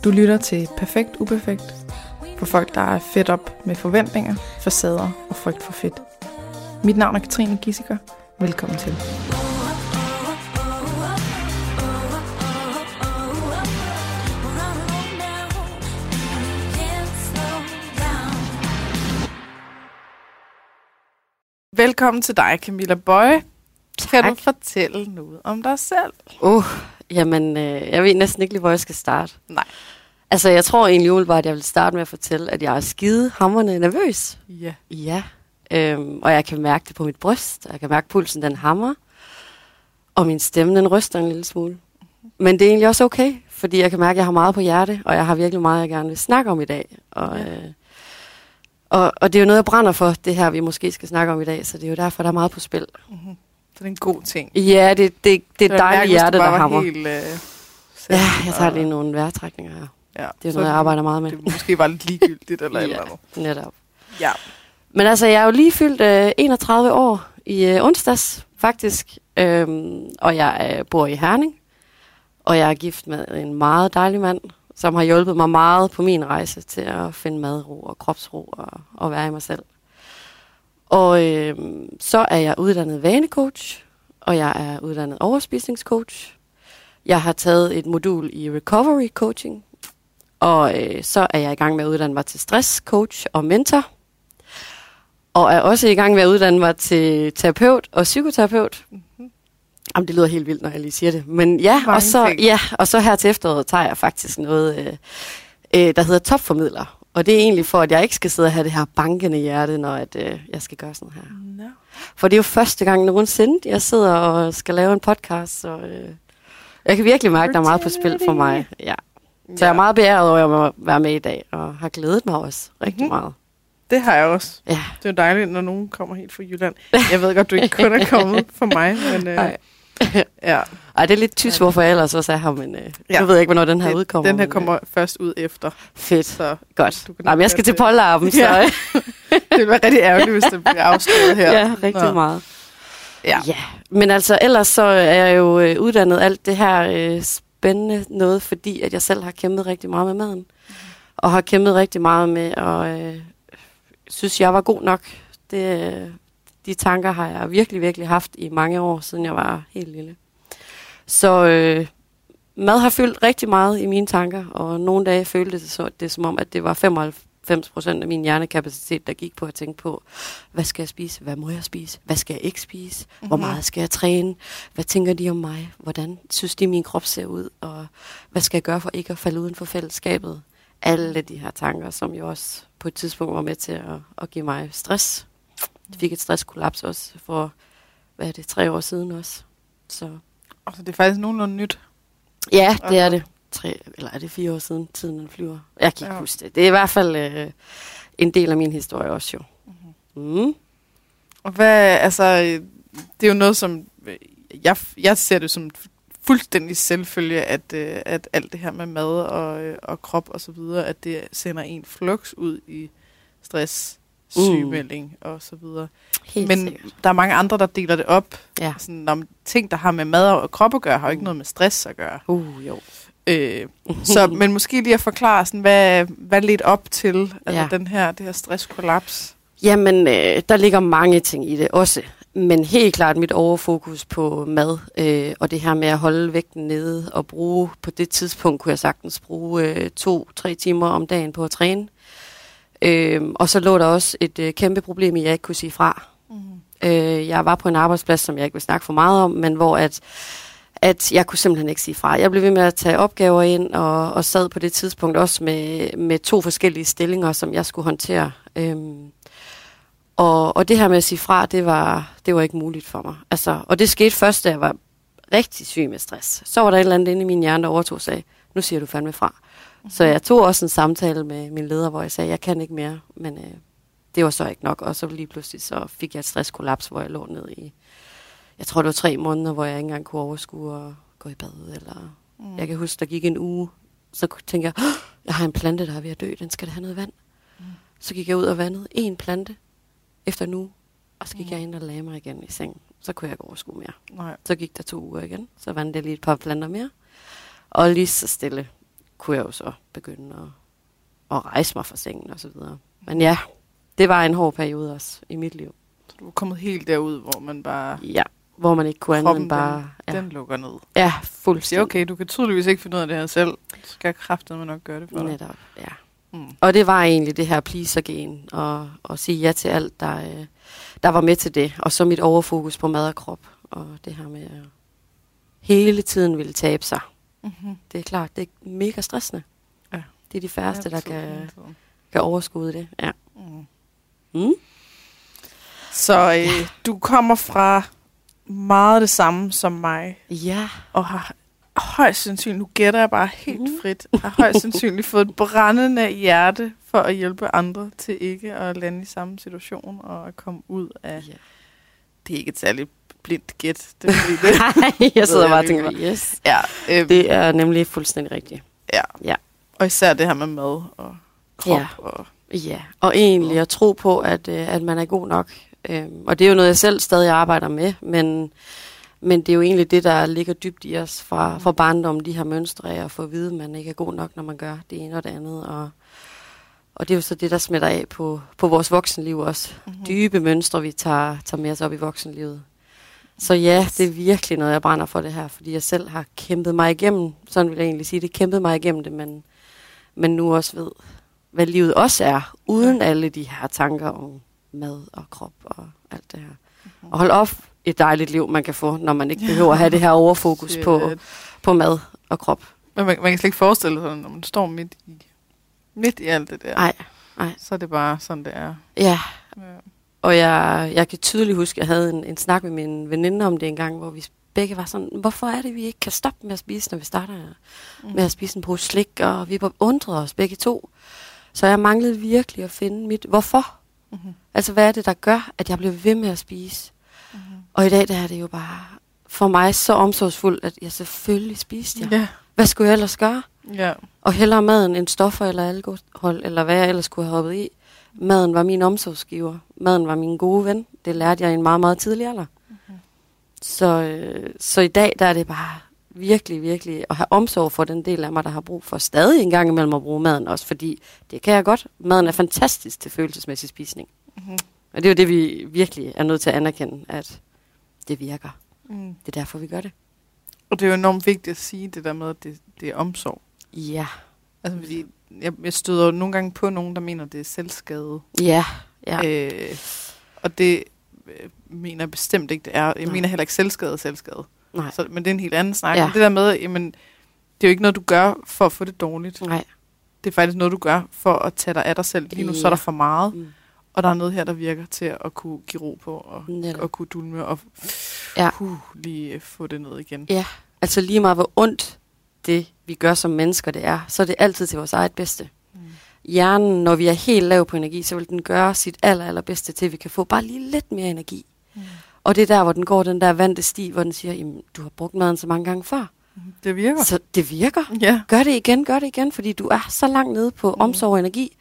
Du lytter til Perfekt Uperfekt for folk, der er fedt op med forventninger, facader og frygt for fedt. Mit navn er Katrine Gissiker. Velkommen til. Velkommen til dig, Camilla Bøje. Kan du fortælle noget om dig selv? Jamen, jeg ved næsten ikke lige, hvor jeg skal starte. Nej. Altså, jeg tror egentlig umiddelbart, at jeg vil starte med at fortælle, at jeg er skide-hamrende nervøs. Ja. Ja. Og jeg kan mærke det på mit bryst, og jeg kan mærke pulsen, den hammer. Og min stemme, den ryster en lille smule. Men det er egentlig også okay, fordi jeg kan mærke, at jeg har meget på hjerte, og jeg har virkelig meget, jeg gerne vil snakke om i dag. Og det er jo noget, jeg brænder for, det her, vi måske skal snakke om i dag, så det er jo derfor, der er meget på spil. Mm-hmm. Så det er en god ting. Ja, det er dejligt hjerte, der hammer. Helt, ja, jeg tager lige nogle vejrtrækninger her. Ja, det er noget, jeg arbejder meget med. Det måske var lidt ligegyldigt eller eller andet. Netop. Ja. Men altså, jeg er jo lige fyldt 31 år i onsdags, faktisk. Og jeg bor i Herning. Og jeg er gift med en meget dejlig mand, som har hjulpet mig meget på min rejse til at finde madro og kropsro og være i mig selv. Og så er jeg uddannet vanecoach, og jeg er uddannet overspisningscoach. Jeg har taget et modul i recovery coaching, og så er jeg i gang med at uddanne mig til stresscoach og mentor. Og er også i gang med at uddanne mig til terapeut og psykoterapeut. Mm-hmm. Jamen, det lyder helt vildt, når jeg lige siger det. Men ja, og så her til efteråret tager jeg faktisk noget, der hedder topformidler. Og det er egentlig for, at jeg ikke skal sidde og have det her bankende hjerte, når jeg skal gøre sådan her. No. For det er jo første gang nogensinde, jeg sidder og skal lave en podcast, så jeg kan virkelig mærke, at der er meget på spil for mig. Ja. Så jeg er meget beæret over at være med i dag, og har glædet mig også rigtig meget. Det har jeg også. Ja. Det er dejligt, når nogen kommer helt fra Jylland. Jeg ved godt, du ikke kun er kommet for mig, men ja. Ej, det er lidt tysk, hvorfor jeg ellers også er her, men nu ved jeg ikke, hvornår den her udkommer. Den her kommer først ud efter. Fedt. Så godt. Jamen, jeg skal til Polterappen, så det vil være rigtig ærgerligt, hvis det bliver afsløret her. Ja, rigtig meget. Ja. Men altså, ellers så er jeg jo uddannet alt det her spændende noget, fordi at jeg selv har kæmpet rigtig meget med maden. Og har kæmpet rigtig meget med at synes, jeg var god nok. De tanker har jeg virkelig, virkelig haft i mange år, siden jeg var helt lille. Så mad har fyldt rigtig meget i mine tanker, og nogle dage føltes det som om, at det var 95% af min hjernekapacitet, der gik på at tænke på, hvad skal jeg spise, hvad må jeg spise, hvad skal jeg ikke spise, hvor meget skal jeg træne, hvad tænker de om mig, hvordan synes de, min krop ser ud, og hvad skal jeg gøre for ikke at falde uden for fællesskabet. Alle de her tanker, som jo også på et tidspunkt var med til at give mig stress. Jeg fik et stresskollaps også for, 3 år siden også. Så det er faktisk nogenlunde nyt. Ja, det er det. eller er det 4 år siden, tiden den flyver? Jeg kan ikke huske det. Det er i hvert fald en del af min historie også jo. Mm-hmm. Og hvad, altså, det er jo noget, som jeg ser det som fuldstændig selvfølge, at alt det her med mad og krop og så videre, at det sender en flux ud i stress, sygemelding og så videre. Men sikkert. Der er mange andre, der deler det op. Ja. Sådan, om ting, der har med mad og krop at gøre, har jo ikke noget med stress at gøre. Jo. Men måske lige at forklare, sådan, hvad ledte op til det her stresskollaps? Jamen, der ligger mange ting i det også. Men helt klart mit overfokus på mad, og det her med at holde vægten nede og bruge, på det tidspunkt kunne jeg sagtens bruge 2-3 timer om dagen på at træne. Og så lå der også et kæmpe problem i, at jeg ikke kunne sige fra. Jeg var på en arbejdsplads, som jeg ikke vil snakke for meget om, men hvor at jeg kunne simpelthen ikke sige fra. Jeg blev ved med at tage opgaver ind, og sad på det tidspunkt også med 2 forskellige stillinger, som jeg skulle håndtere. Og det her med at sige fra, det var ikke muligt for mig. Altså, og det skete først, da jeg var rigtig syg med stress. Så var der et eller andet inde i min hjerne, der overtog og sagde, nu siger du fandme fra. Så jeg tog også en samtale med min leder, hvor jeg sagde, jeg kan ikke mere, men det var så ikke nok. Og så lige pludselig så fik jeg et stresskollaps, hvor jeg lå ned i, jeg tror det var 3 måneder, hvor jeg ikke engang kunne overskue at gå i bad. Eller jeg kan huske, der gik en uge, så tænkte jeg, jeg har en plante, der er ved at dø, den skal da have noget vand. Så gik jeg ud og vandede 1 plante efter en uge, og så gik jeg ind og lagde mig igen i sengen. Så kunne jeg ikke overskue mere. Nej. Så gik der 2 uger igen, så vandede jeg lige et par planter mere. Og lige så stille kunne jeg jo så begynde at rejse mig fra sengen og så videre. Men ja, det var en hård periode også i mit liv. Så du er kommet helt derud, hvor man bare... Ja, hvor man ikke kunne andet end bare... Den lukker ned. Ja, fuldstændig. Okay, du kan tydeligvis ikke finde ud af det her selv. Du skal kraftedeme nok gøre det for dig. Netop, ja. Og det var egentlig det her pleaser-gen, og sige ja til alt, der var med til det. Og så mit overfokus på mad og krop, og det her med at hele tiden ville tabe sig. Mm-hmm. Det er klart, det er mega stressende. Ja. Det er de færreste, der kan overskue det. Ja. Så du kommer fra meget det samme som mig. Ja. Og har højst sandsynligt, nu gætter jeg bare helt frit, har højst sandsynligt fået et brændende hjerte for at hjælpe andre til ikke at lande i samme situation og at komme ud af... Yeah. Det er ikke et særligt blindt gæt. Det jeg sidder bare og tænker, yes. Ja, det er nemlig fuldstændig rigtigt. Ja. Og især det her med mad og krop. Og egentlig at tro på, at man er god nok. Og det er jo noget, jeg selv stadig arbejder med, men det er jo egentlig det, der ligger dybt i os fra barndommen, de her mønstre af at få at vide, at man ikke er god nok, når man gør det ene og det andet. Og det er jo så det, der smitter af på vores voksenliv også. Mm-hmm. Dybe mønstre, vi tager med os op i voksenlivet. Så ja, det er virkelig noget, jeg brænder for det her, fordi jeg selv har kæmpet mig igennem, sådan vil jeg egentlig sige det, kæmpet mig igennem det, men nu også ved, hvad livet også er, uden alle de her tanker om mad og krop og alt det her. Mm-hmm. Og hold op, et dejligt liv, man kan få, når man ikke behøver at have det her overfokus på mad og krop. Men man kan slet ikke forestille sig, når man står midt i alt det der. Nej. Så er det bare sådan, det er. Ja. Og jeg kan tydeligt huske, at jeg havde en snak med min veninde om det en gang, hvor vi begge var sådan, hvorfor er det, vi ikke kan stoppe med at spise, når vi starter med at spise en pose slik, og vi undrede os begge to. Så jeg manglede virkelig at finde mit hvorfor. Mm-hmm. Altså, hvad er det, der gør, at jeg bliver ved med at spise? Mm-hmm. Og i dag, der er det jo bare for mig så omsorgsfuldt, at jeg selvfølgelig spiste jeg. Yeah. Hvad skulle jeg ellers gøre? Yeah. Og hellere maden end stoffer eller alkohol, eller hvad jeg ellers kunne have hoppet i. Maden var min omsorgsgiver. Maden var min gode ven. Det lærte jeg i en meget, meget tidlig alder. Mm-hmm. Så i dag, der er det bare virkelig, virkelig at have omsorg for den del af mig, der har brug for stadig en gang imellem at bruge maden også, fordi det kan jeg godt. Maden er fantastisk til følelsesmæssig spisning. Mm-hmm. Og det er jo det, vi virkelig er nødt til at anerkende, at det virker. Mm. Det er derfor, vi gør det. Og det er jo enormt vigtigt at sige det der med, at det er omsorg. Ja. Altså, fordi jeg støder jo nogle gange på nogen, der mener, det er selvskade. Ja. Og det mener jeg bestemt ikke, det er. Jeg mener heller ikke selvskade. Nej. Men det er en helt anden snak. Ja. Men det der med, jamen, det er jo ikke noget, du gør for at få det dårligt. Nej. Det er faktisk noget, du gør for at tage dig af dig selv. Lige nu så er der for meget. Mm. Og der er noget her, der virker til at kunne give ro på, og kunne dulme, og lige få det ned igen. Ja, altså lige meget hvor ondt det, vi gør som mennesker, det er, så er det altid til vores eget bedste. Mm. Hjernen, når vi er helt lav på energi, så vil den gøre sit allerbedste til, at vi kan få bare lige lidt mere energi. Mm. Og det er der, hvor den går den der vante sti, hvor den siger, jamen, du har brugt maden så mange gange før. Det virker. Så det virker. Ja. Gør det igen, fordi du er så langt nede på omsorg og energi.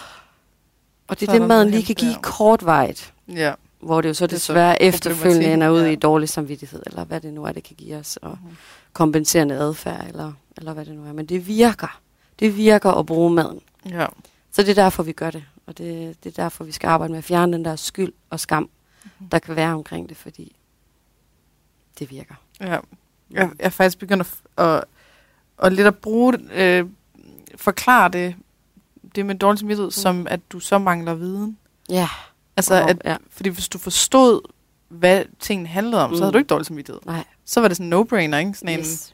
Og det er det, maden lige kan give kortvarigt. Ja. Hvor det jo så desværre efterfølgende ender ud i dårlig samvittighed, eller hvad det nu er, det kan give os, og kompenserende adfærd, eller hvad det nu er. Men det virker. Det virker at bruge maden. Ja. Så det er derfor, vi gør det. Og det er derfor, vi skal arbejde med at fjerne den der skyld og skam, der kan være omkring det, fordi det virker. Ja. Jeg er faktisk begyndt at lidt at bruge forklare det med dårlig samvittighed, som at du så mangler viden. Ja. Altså, fordi hvis du forstod, hvad tingene handlede om, så havde du ikke dårlig samvittighed. Nej. Så var det sådan en no-brainer, ikke? Sådan yes.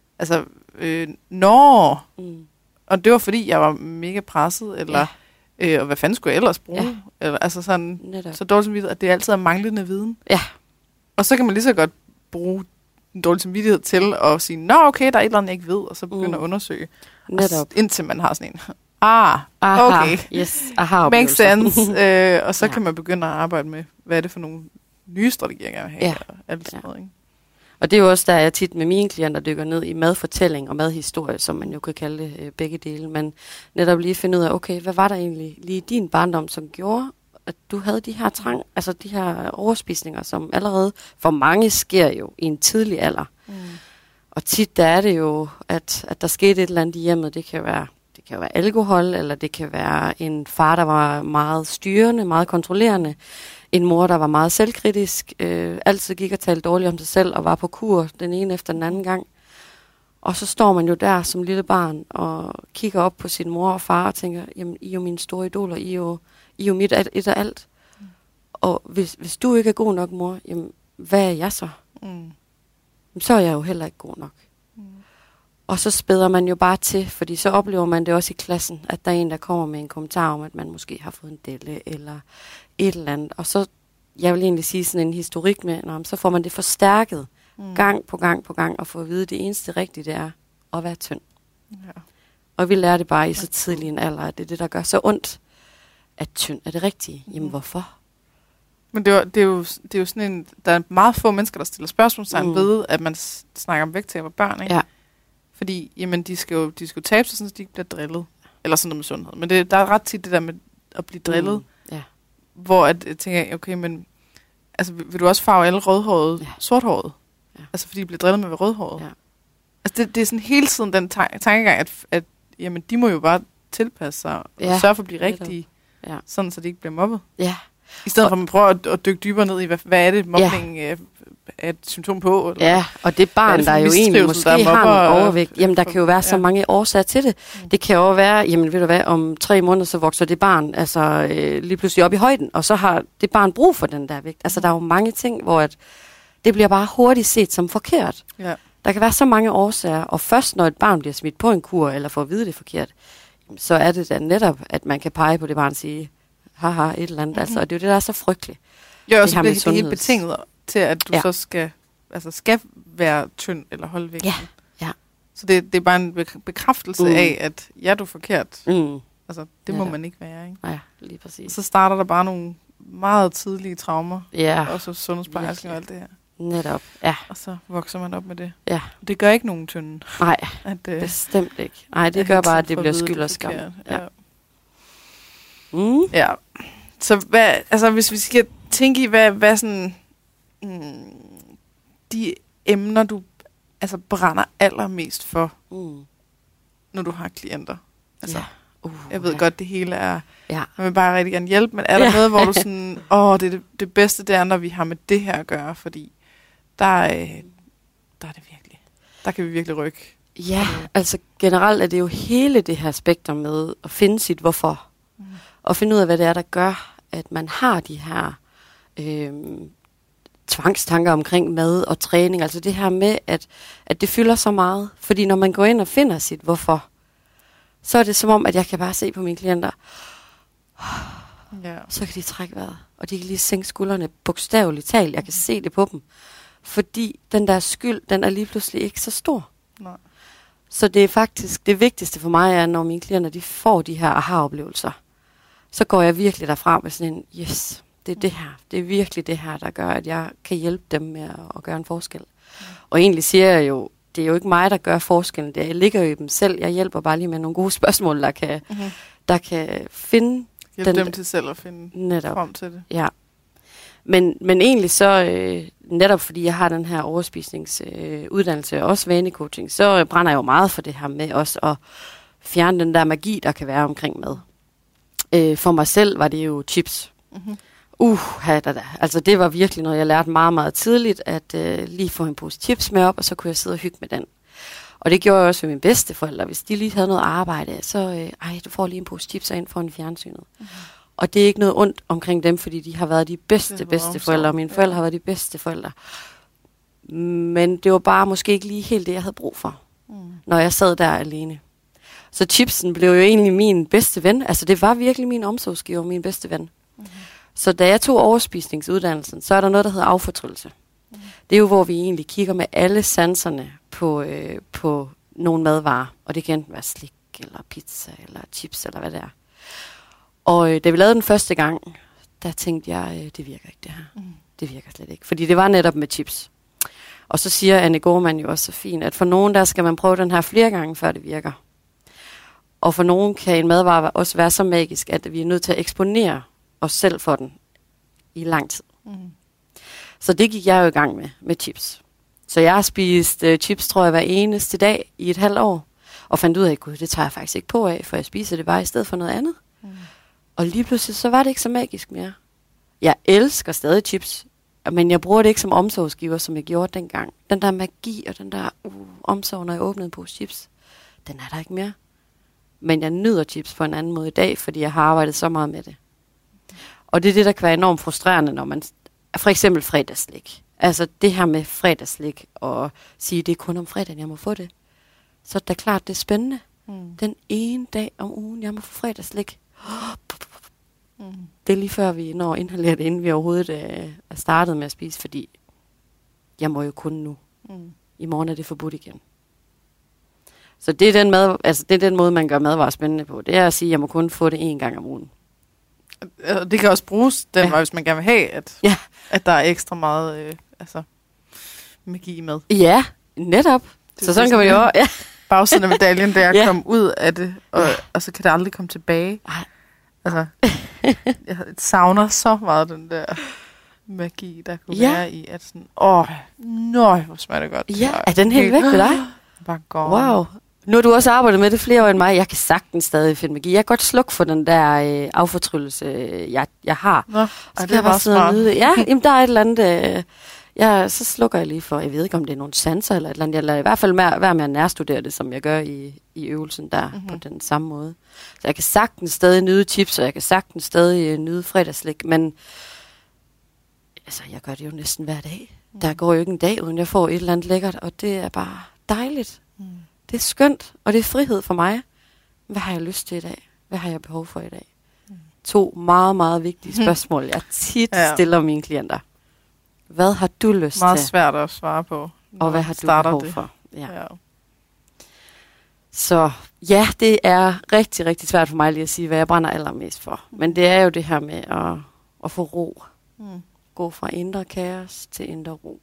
Og det var fordi, jeg var mega presset, eller og hvad fanden skulle jeg ellers bruge? Ja. Eller, altså sådan, så dårlig samvittighed, at det altid er manglende viden. Ja. Og så kan man lige så godt bruge en dårlig samvittighed til at sige, nå okay, der er et eller andet, jeg ikke ved, og så begynde at undersøge. Indtil man har sådan en... okay. Yes. Makes sense. Og så kan man begynde at arbejde med, hvad er det for nogle nye strategier, jeg vil have. Og alt sådan noget, ikke? Og det er jo også, der jeg tit med mine klienter dykker ned i madfortælling og madhistorie, som man jo kan kalde det begge dele. Men netop lige finde ud af, okay, hvad var der egentlig lige i din barndom, som gjorde, at du havde de her de her overspisninger, som allerede for mange sker jo i en tidlig alder. Mm. Og tit der er det jo, at der skete et eller andet i hjemmet. Det kan jo være alkohol, eller det kan være en far, der var meget styrende, meget kontrollerende. En mor, der var meget selvkritisk, altid gik og talte dårligt om sig selv, og var på kur den ene efter den anden gang. Og så står man jo der som lille barn, og kigger op på sin mor og far, og tænker, jamen, I er jo mine store idoler, I er jo mit et og alt. Og hvis du ikke er god nok, mor, jamen, hvad er jeg så? Jamen, så er jeg jo heller ikke god nok. Og så spæder man jo bare til, fordi så oplever man det også i klassen, at der er en, der kommer med en kommentar om, at man måske har fået en delle, eller et eller andet. Og så, jeg vil egentlig sige sådan en historik med, så får man det forstærket gang på gang på gang, og får at vide, at det eneste rigtige, det er at være tynd. Ja. Og vi lærer det bare i så tidlig en alder, at det er det, der gør så ondt, at tynd er det rigtige. Jamen, hvorfor? Men det er jo sådan en, der er meget få mennesker, der stiller spørgsmålstegn ved, at man snakker om vægttab af børn, ikke? Ja. Fordi, jamen, de skal jo tabe sig, så de ikke bliver drillet. Eller sådan noget med sundhed. Men der er ret tit det der med at blive drillet. Ja. Hvor jeg tænker, okay, men altså, vil du også farve alle rødhårede sorthårede? Ja. Altså, fordi de bliver drillet med at være rødhårede. Ja. Altså, det er sådan hele tiden den tankegang, at jamen, de må jo bare tilpasse sig og sørge for at blive rigtige. Ja. Sådan, så de ikke bliver mobbet. Ja. I stedet for at man prøver at dykke dybere ned i, hvad er det, mobning er et symptom på? Eller ja, og det barn, der jo egentlig måske har en overvægt, jamen der kan jo være så mange årsager til det. Det kan jo være, jamen ved du hvad, om 3 måneder så vokser det barn altså lige pludselig op i højden, og så har det barn brug for den der vægt. Altså der er jo mange ting, hvor det bliver bare hurtigt set som forkert. Ja. Der kan være så mange årsager, og først når et barn bliver smidt på en kur, eller får at vide det forkert, så er det da netop, at man kan pege på det barn og sige, haha, et eller andet. Altså, og det er jo det, der er så frygteligt. Jo, så det er helt betinget til, at du så skal være tynd eller holde vægten. Ja. Så det er bare en bekræftelse af, at du er forkert. Altså, det må man ikke være, ikke? Ja, lige præcis. Så starter der bare nogle meget tidlige traumer. Ja. Også sundhedsplejersken og alt det her. Netop, ja. Og så vokser man op med det. Ja. Det gør ikke nogen tynde. Nej, bestemt ikke. Nej, det gør bare, at det bliver skyld og skam. Ja. Ja. Så hvis vi skal tænke i, hvad sådan de emner, du brænder allermest for, når du har klienter. Altså, jeg ved godt, det hele er, man vil bare rigtig gerne hjælpe, men er der noget, hvor du sådan, det bedste, det er, når vi har med det her at gøre, fordi der er det virkelig, der kan vi virkelig rykke. Ja, altså generelt er det jo hele det her spektrum med at finde sit hvorfor. Og finde ud af, hvad det er, der gør, at man har de her tvangstanker omkring mad og træning. Altså det her med, at det fylder så meget. Fordi når man går ind og finder sit hvorfor, så er det som om, at jeg kan bare se på mine klienter, så kan de trække vejret. Og de kan lige sænke skuldrene bogstaveligt talt. Jeg kan se det på dem. Fordi den der skyld, den er lige pludselig ikke så stor. Nej. Så det er faktisk det vigtigste for mig, er, når mine klienter de får de her aha-oplevelser. Så går jeg virkelig derfra med sådan en, yes, det er det her. Det er virkelig det her, der gør, at jeg kan hjælpe dem med at gøre en forskel. Og egentlig siger jeg jo, det er jo ikke mig, der gør forskellen. Det ligger jo i dem selv. Jeg hjælper bare lige med nogle gode spørgsmål, der kan finde... Hjælpe dem til selv at finde frem til det. Ja. Men egentlig så, netop fordi jeg har den her overspisningsuddannelse og også vanecoaching, så brænder jeg jo meget for det her med også at fjerne den der magi, der kan være omkring mad. For mig selv var det jo chips. Altså det var virkelig noget, jeg lærte meget, meget tidligt, at lige få en pose chips med op, og så kunne jeg sidde og hygge med den. Og det gjorde jeg også med mine bedsteforældre. Hvis de lige havde noget arbejde, så du får lige en pose chips ind foran fjernsynet. Og det er ikke noget ondt omkring dem, fordi de har været de bedste forældre, og mine forældre har været de bedste forældre. Men det var bare måske ikke lige helt det, jeg havde brug for, når jeg sad der alene. Så chipsen blev jo egentlig min bedste ven. Altså det var virkelig min omsorgsgiver, min bedste ven. Så da jeg tog overspisningsuddannelsen, så er der noget, der hedder affortryllelse. Det er jo, hvor vi egentlig kigger med alle sanserne på nogle madvarer. Og det kan enten være slik, eller pizza, eller chips, eller hvad det er. Og da vi lavede den første gang, der tænkte jeg, det virker ikke det her. Det virker slet ikke. Fordi det var netop med chips. Og så siger Anne Gorman jo også så fint, at for nogen der skal man prøve den her flere gange, før det virker. Og for nogen kan en madvare også være så magisk, at vi er nødt til at eksponere os selv for den i lang tid. Så det gik jeg jo i gang med chips. Så jeg har spist chips, tror jeg, hver eneste dag i et halvt år. Og fandt ud af, gud, det tager jeg faktisk ikke på af, for jeg spiser det bare i stedet for noget andet. Og lige pludselig, så var det ikke så magisk mere. Jeg elsker stadig chips, men jeg bruger det ikke som omsorgsgiver, som jeg gjorde dengang. Den der magi og den der omsorg, når jeg åbnede en pose chips, den er der ikke mere. Men jeg nyder chips på en anden måde i dag, fordi jeg har arbejdet så meget med det. Og det er det, der kan være enormt frustrerende, når man for eksempel fredagsslik. Altså det her med fredagsslik og sige, det er kun om fredagen, jeg må få det. Så det er klart, det er spændende. Den ene dag om ugen, jeg må få fredagsslik. Det er lige før vi når inhalere det, inden vi overhovedet er startet med at spise, fordi jeg må jo kun nu. I morgen er det forbudt igen. Så det er den måde, man gør madvarer spændende på. Det er at sige, at jeg må kun få det 1 gang om ugen. Det kan også bruges den vej, hvis man gerne vil have, at der er ekstra meget magi med. Ja, netop. Så sådan kan man jo bagsiden af medaljen, det er at komme ud af det, og så kan det aldrig komme tilbage. Altså, jeg savner så meget den der magi, der kunne være i, at sådan, hvor smager det godt. Ja, er den helt væk ved dig? Bare går. Wow. Nu har du også arbejdet med det flere år end mig. Jeg kan sagtens stadig finde magi. Jeg kan godt slukke for den der affortryllelse, jeg har. Nå, så det er bare smart. Ja, jamen, der er et eller andet... så slukker jeg lige for, jeg ved ikke, om det er nogle sanser eller et eller andet. Jeg lader i hvert fald være med at nærstudere det, som jeg gør i øvelsen der, på den samme måde. Så jeg kan sagtens stadig nyde chips, og jeg kan sagtens stadig nyde fredagsslik, men altså, jeg gør det jo næsten hver dag. Der går jo ikke en dag, uden jeg får et eller andet lækkert, og det er bare dejligt. Det er skønt, og det er frihed for mig. Hvad har jeg lyst til i dag? Hvad har jeg behov for i dag? 2 meget, meget vigtige spørgsmål, jeg tit stiller mine klienter. Hvad har du lyst til? Meget svært at svare på. Og hvad har du behov for? Ja. Så ja, det er rigtig, rigtig svært for mig lige at sige, hvad jeg brænder allermest for. Men det er jo det her med at få ro. Gå fra indre kaos til indre ro.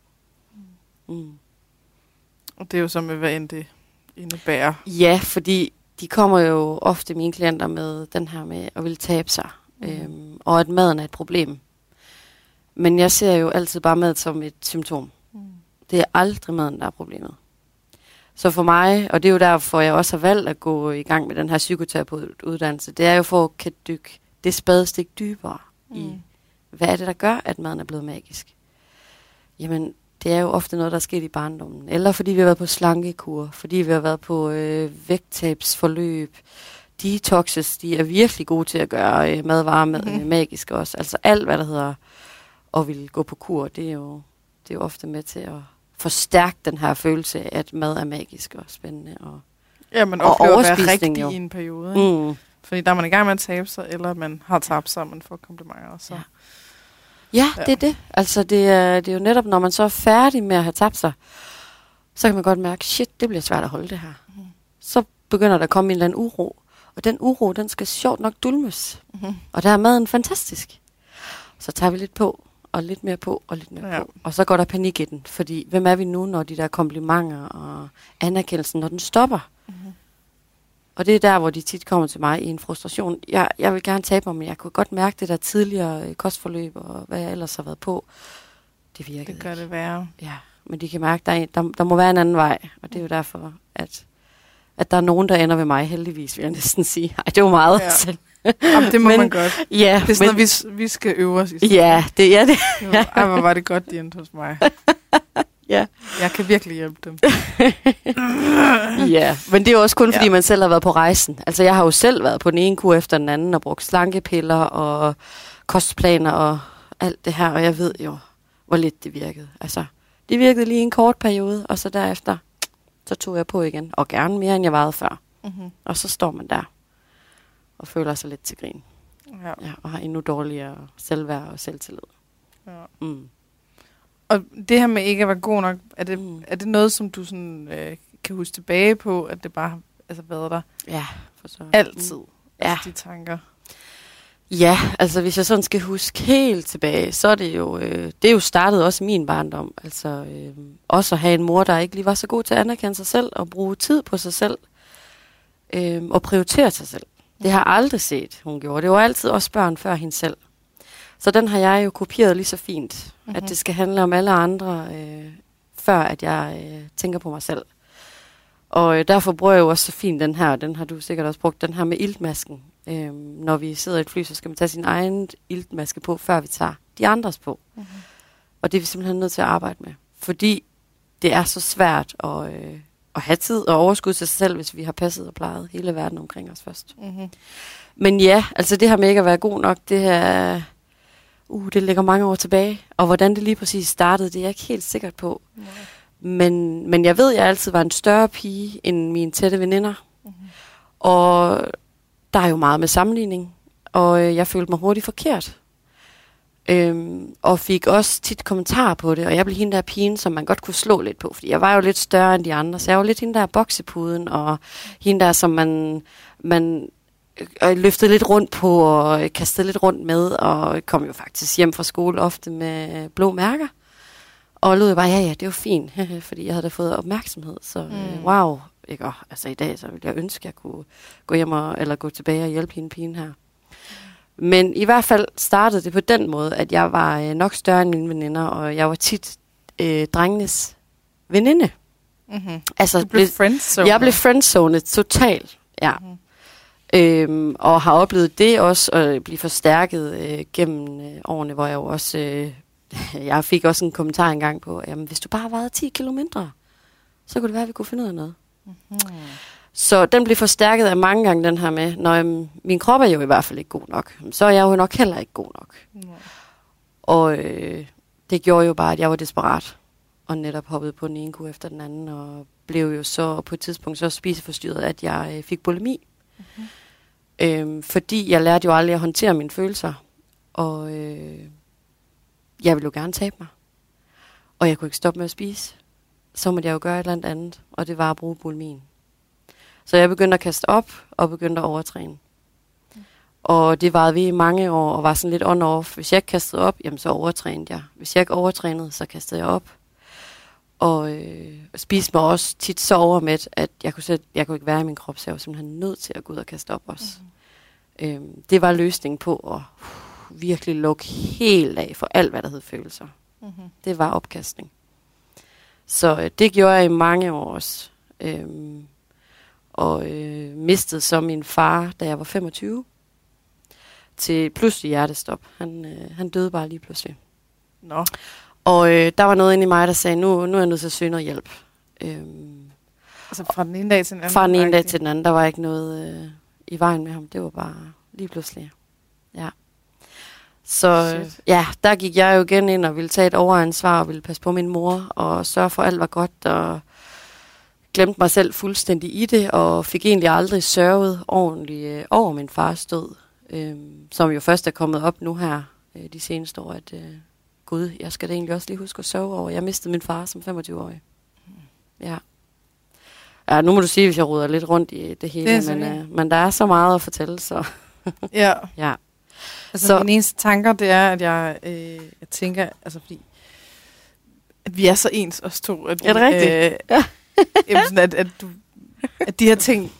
Og det er jo så med, hvad end det indebærer. Ja, fordi de kommer jo ofte, mine klienter, med den her med at ville tabe sig. Og at maden er et problem. Men jeg ser jo altid bare mad som et symptom. Det er aldrig maden, der er problemet. Så for mig, og det er jo derfor, jeg også har valgt at gå i gang med den her psykoterapeutuddannelse, det er jo for at kan dykke det spadestik dybere i, hvad er det, der gør, at maden er blevet magisk? Jamen, det er jo ofte noget, der er sket i barndommen. Eller fordi vi har været på slankekur, fordi vi har været på vægttabsforløb. Detoxes, de er virkelig gode til at gøre madvarer magisk også. Altså alt, hvad der hedder at ville gå på kur, det er jo ofte med til at forstærke den her følelse af, at mad er magisk og spændende. Man oplever at være rigtig i en periode. Fordi der er man i gang med at tabe sig, eller man har tabt sig, og man får komplimenter. Så. Ja, det er det. Altså det er jo netop, når man så er færdig med at have tabt sig, så kan man godt mærke, shit, det bliver svært at holde det her. Så begynder der at komme en eller anden uro. Og den uro, den skal sjovt nok dulmes. Og der er maden fantastisk. Så tager vi lidt på, og lidt mere på, og lidt mere på. Og så går der panik i den. Fordi hvem er vi nu, når de der komplimenter og anerkendelsen, når den stopper? Og det er der, hvor de tit kommer til mig i en frustration. Jeg vil gerne tabe mig, men jeg kunne godt mærke det der tidligere kostforløb, og hvad jeg ellers har været på. Det virkede det gør det værre. Ja, men de kan mærke, at der må være en anden vej. Og det er jo derfor, at der er nogen, der ender ved mig, heldigvis, vil jeg næsten sige. Ej, det var meget selv. Jamen, det må man godt. Ja, det er sådan, at vi skal øve os i sådan. Ja, det er det. Ej, hvor var det godt, de endte hos mig. Ja. Jeg kan virkelig hjælpe dem. Ja, men det er også kun, fordi man selv har været på rejsen. Altså, jeg har jo selv været på den ene kur efter den anden, og brugt slankepiller og kostplaner og alt det her, og jeg ved jo, hvor lidt det virkede. Altså, det virkede lige en kort periode, og så derefter, så tog jeg på igen, og gerne mere, end jeg varede før. Og så står man der og føler sig lidt til grin. Ja, og har endnu dårligere selvværd og selvtillid. Ja. Og det her med ikke at være god nok, er det noget, som du sådan, kan huske tilbage på, at det bare har været der? Ja, for så. Altid. Altså de tanker. Ja, altså hvis jeg sådan skal huske helt tilbage, så er det er jo startet også i min barndom. Altså også at have en mor, der ikke lige var så god til at anerkende sig selv, og bruge tid på sig selv, og prioritere sig selv. Det har jeg aldrig set, hun gjorde. Det var altid også børn før hende selv. Så den har jeg jo kopieret lige så fint. At det skal handle om alle andre før at jeg tænker på mig selv. Og derfor bruger jeg jo også så fint den her, og den har du sikkert også brugt, den her med iltmasken. Når vi sidder i et fly, så skal man tage sin egen iltmaske på, før vi tager de andres på. Mm-hmm. Og det er vi simpelthen nødt til at arbejde med. Fordi det er så svært at have tid og overskud til sig selv, hvis vi har passet og plejet hele verden omkring os først. Mm-hmm. Men ja, altså det her med ikke at være god nok, det her, det ligger mange år tilbage. Og hvordan det lige præcis startede, det er jeg ikke helt sikker på. Mm-hmm. Men jeg ved, at jeg altid var en større pige end mine tætte veninder. Mm-hmm. Og der er jo meget med sammenligning, og jeg følte mig hurtigt forkert. Og fik også tit kommentarer på det, og jeg blev hende der pigen, som man godt kunne slå lidt på, fordi jeg var jo lidt større end de andre, så jeg var lidt hende der boksepuden, og hende der, som man løftede lidt rundt på, og kastede lidt rundt med, og kom jo faktisk hjem fra skole ofte med blå mærker. Og lød bare, ja, det var fint, fordi jeg havde da fået opmærksomhed, så wow. Ikke? Og, altså i dag, så ville jeg ønske, at jeg kunne gå hjem eller gå tilbage og hjælpe hende pigen her. Men i hvert fald startede det på den måde, at jeg var nok større end mine veninder, og jeg var tit drengenes veninde. Mm-hmm. Altså, du blev friendzonet? Jeg blev friendzonet totalt, ja. Mm-hmm. Og har oplevet det også, at blive forstærket gennem årene, hvor jeg jo også... jeg fik også en kommentar engang på, jamen hvis du bare vejede 10 kilo mindre, så kunne det være, at vi kunne finde ud af noget. Mm-hmm. Så den blev forstærket af mange gange, den her med, når min krop er jo i hvert fald ikke god nok, så er jeg jo nok heller ikke god nok. Mm. Og det gjorde jo bare, at jeg var desperat, og netop hoppede på den ene kur efter den anden, og blev jo så på et tidspunkt så spiseforstyrret, at jeg fik bulimi. Mm-hmm. Fordi jeg lærte jo aldrig at håndtere mine følelser, og jeg ville jo gerne tabe mig. Og jeg kunne ikke stoppe med at spise. Så måtte jeg jo gøre et eller andet, og det var at bruge bulimien. Så jeg begyndte at kaste op, og begyndte at overtræne. Mm. Og det varede ved i mange år, og var sådan lidt on-off. Hvis jeg ikke kastede op, jamen så overtrænede jeg. Hvis jeg ikke overtrænede, så kastede jeg op. Og spiste mig også tit så overmæt, at jeg kunne ikke være i min krop, så jeg var simpelthen nødt til at gå ud og kaste op også. Mm. Det var løsningen på at virkelig lukke helt af for alt, hvad der hed følelser. Mm-hmm. Det var opkastning. Så det gjorde jeg i mange år også. Og mistede så min far, da jeg var 25, til pludselig hjertestop. Han døde bare lige pludselig. Nå. Og der var noget inde i mig, der sagde, nu er jeg nødt til at søge noget hjælp. Altså fra den ene dag til den anden? Fra den ene dag til den anden. Der var ikke noget i vejen med ham. Det var bare lige pludselig. Ja. Så ja, der gik jeg jo igen ind og ville tage et overansvar og ville passe på min mor og sørge for, at alt var godt, og glemte mig selv fuldstændig i det, og fik egentlig aldrig sørget ordentligt over min fars død, som jo først er kommet op nu her de seneste år, at gud, jeg skal da egentlig også lige huske at sørge over. Jeg mistede min far som 25-årig. Ja. Ja, nu må du sige, hvis jeg ruder lidt rundt i det hele, men der er så meget at fortælle, så... Ja. Ja. Altså så, mine eneste tanker, det er, at jeg tænker, altså fordi, at vi er så ens, os to. At er det rigtigt? Sådan, at de her ting,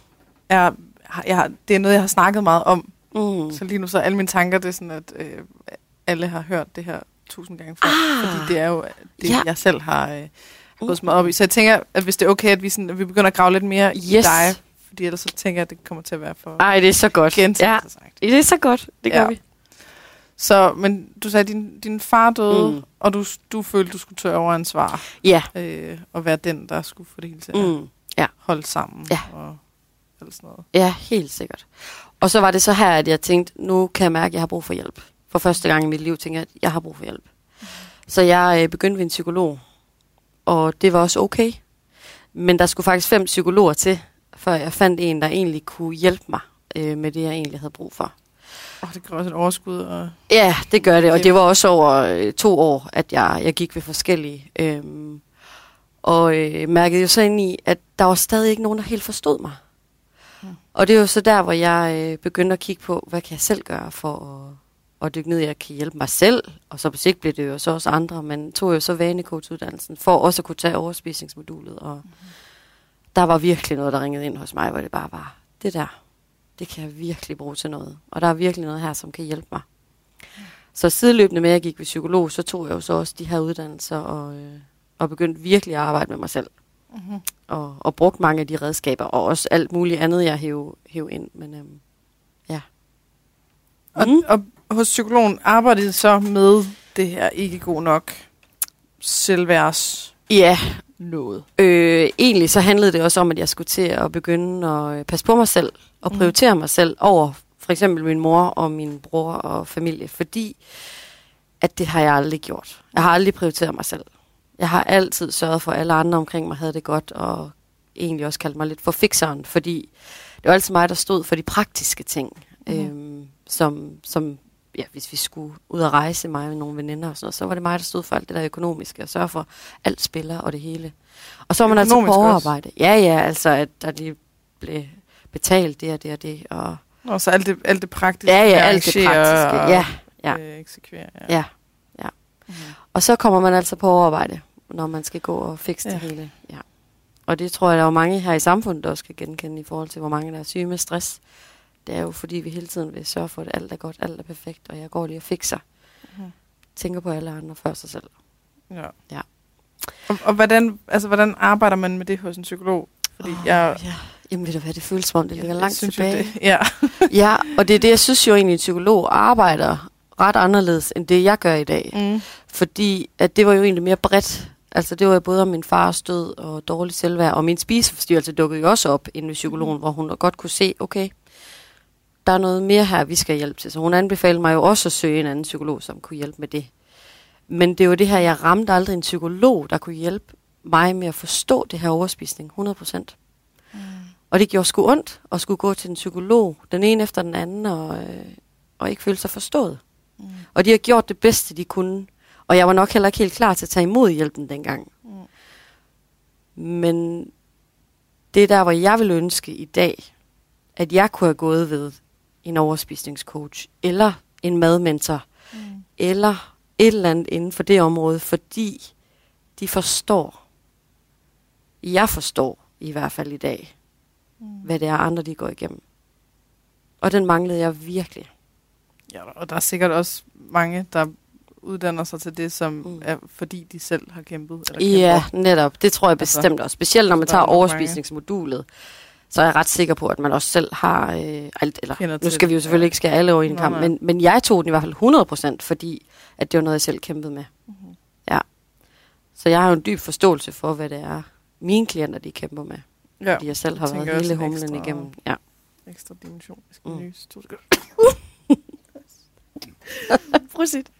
det er noget, jeg har snakket meget om. Mm. Så lige nu, så alle mine tanker, det er sådan, at alle har hørt det her 1000 gange før. Fordi det er jo det, jeg selv har gået mig op i. Så jeg tænker, at hvis det er okay, at vi begynder at grave lidt mere i dig. Fordi ellers så tænker jeg, at det kommer til at være for... Ej, det er så godt. Ja, det er så godt. Det gør vi. Så, men du sagde, at din far døde, og du følte, du skulle tage over ansvar. Ja. Og være den, der skulle få det hele til at holde sammen. Ja. Og sådan noget. Ja, helt sikkert. Og så var det så her, at jeg tænkte, nu kan jeg mærke, at jeg har brug for hjælp. For første gang i mit liv tænkte jeg, at jeg har brug for hjælp. Så jeg begyndte ved en psykolog. Og det var også okay. Men der skulle faktisk 5 psykologer til, før jeg fandt en, der egentlig kunne hjælpe mig med det, jeg egentlig havde brug for. Det gør også et overskud. Og ja, det gør det, og det var også over 2 år, at jeg gik ved forskellige. Og mærkede jo så ind i, at der var stadig ikke nogen, der helt forstod mig. Og det er jo så der, hvor jeg begyndte at kigge på, hvad kan jeg selv gøre for at dykke ned i, at jeg kan hjælpe mig selv. Og så på sigt blev det jo så også andre, men tog jo så vanecoach-uddannelsen for også at kunne tage overspisningsmodulet. Og der var virkelig noget, der ringede ind hos mig, hvor det bare var, det kan jeg virkelig bruge til noget. Og der er virkelig noget her, som kan hjælpe mig. Så sideløbende med, at jeg gik ved psykolog, så tog jeg jo så også de her uddannelser og begyndte virkelig at arbejde med mig selv. Mm-hmm. Og brugt mange af de redskaber, og også alt muligt andet, jeg hæv ind. Men ja. Og hos psykologen arbejdede så med det her ikke god nok selvværds Ja. noget. Egentlig så handlede det også om, at jeg skulle til at begynde at passe på mig selv, og prioritere mig selv over for eksempel min mor og min bror og familie, fordi at det har jeg aldrig gjort. Jeg har aldrig prioriteret mig selv. Jeg har altid sørget for, at alle andre omkring mig havde det godt, og egentlig også kaldt mig lidt for fikseren, fordi det var altid mig, der stod for de praktiske ting, som ja, hvis vi skulle ud og rejse mig med nogle veninder og sådan noget, så var det mig, der stod for alt det der økonomiske, og sørge for alt spiller og det hele. Og så var man altså på overarbejde. Ja, altså, at der lige blev betalt det og det og det. Og så alt det praktiske. Ja, alt det praktiske. Ja. Eksekvere. Ja. Og så kommer man altså på overarbejde, når man skal gå og fikse det hele. Ja. Og det tror jeg, der er mange her i samfundet, der også skal genkende i forhold til, hvor mange der er syge med stress. Det er jo fordi, vi hele tiden vil sørge for, at alt er godt, alt er perfekt, og jeg går lige og fikser. Tænker på alle andre før sig selv. Ja. Og hvordan arbejder man med det hos en psykolog? Fordi Jamen ved du hvad, det føles som om, det ligger langt tilbage. Ja, og det er det, jeg synes jo egentlig, at en psykolog arbejder ret anderledes, end det jeg gør i dag. Fordi at det var jo egentlig mere bredt. Altså det var jo både om min fars død og dårlig selvværd, og min spiseforstyrrelse dukkede jo også op inde ved psykologen, hvor hun godt kunne se, okay, der er noget mere her, vi skal hjælpe til. Så hun anbefalede mig jo også at søge en anden psykolog, som kunne hjælpe med det. Men det var det her, jeg ramte aldrig en psykolog, der kunne hjælpe mig med at forstå det her overspisning 100%. Og det gjorde sgu ondt at skulle gå til en psykolog, den ene efter den anden, og ikke føle sig forstået. Og de har gjort det bedste, de kunne. Og jeg var nok heller ikke helt klar til at tage imod hjælpen dengang. Men det er der, hvor jeg vil ønske i dag, at jeg kunne have gået ved en overspisningscoach, eller en madmentor, eller et eller andet inden for det område, fordi de forstår. Jeg forstår i hvert fald i dag, hvad det er, andre de går igennem. Og den manglede jeg virkelig. Ja, og der er sikkert også mange, der uddanner sig til det, som er fordi de selv har kæmpet. Eller ja, netop. Det tror jeg bestemt også. Specielt når man tager overspisningsmodulet, så er jeg ret sikker på, at man også selv har alt. Eller nu skal vi jo selvfølgelig ikke skære alle over i en kamp, men jeg tog den i hvert fald 100%, fordi at det var noget, jeg selv kæmpede med. Ja. Så jeg har jo en dyb forståelse for, hvad det er, mine klienter de kæmper med. Ja. Fordi jeg selv har været hele humlen igennem. Ja. Ekstra dimension. Jeg skal nyse. Prosit.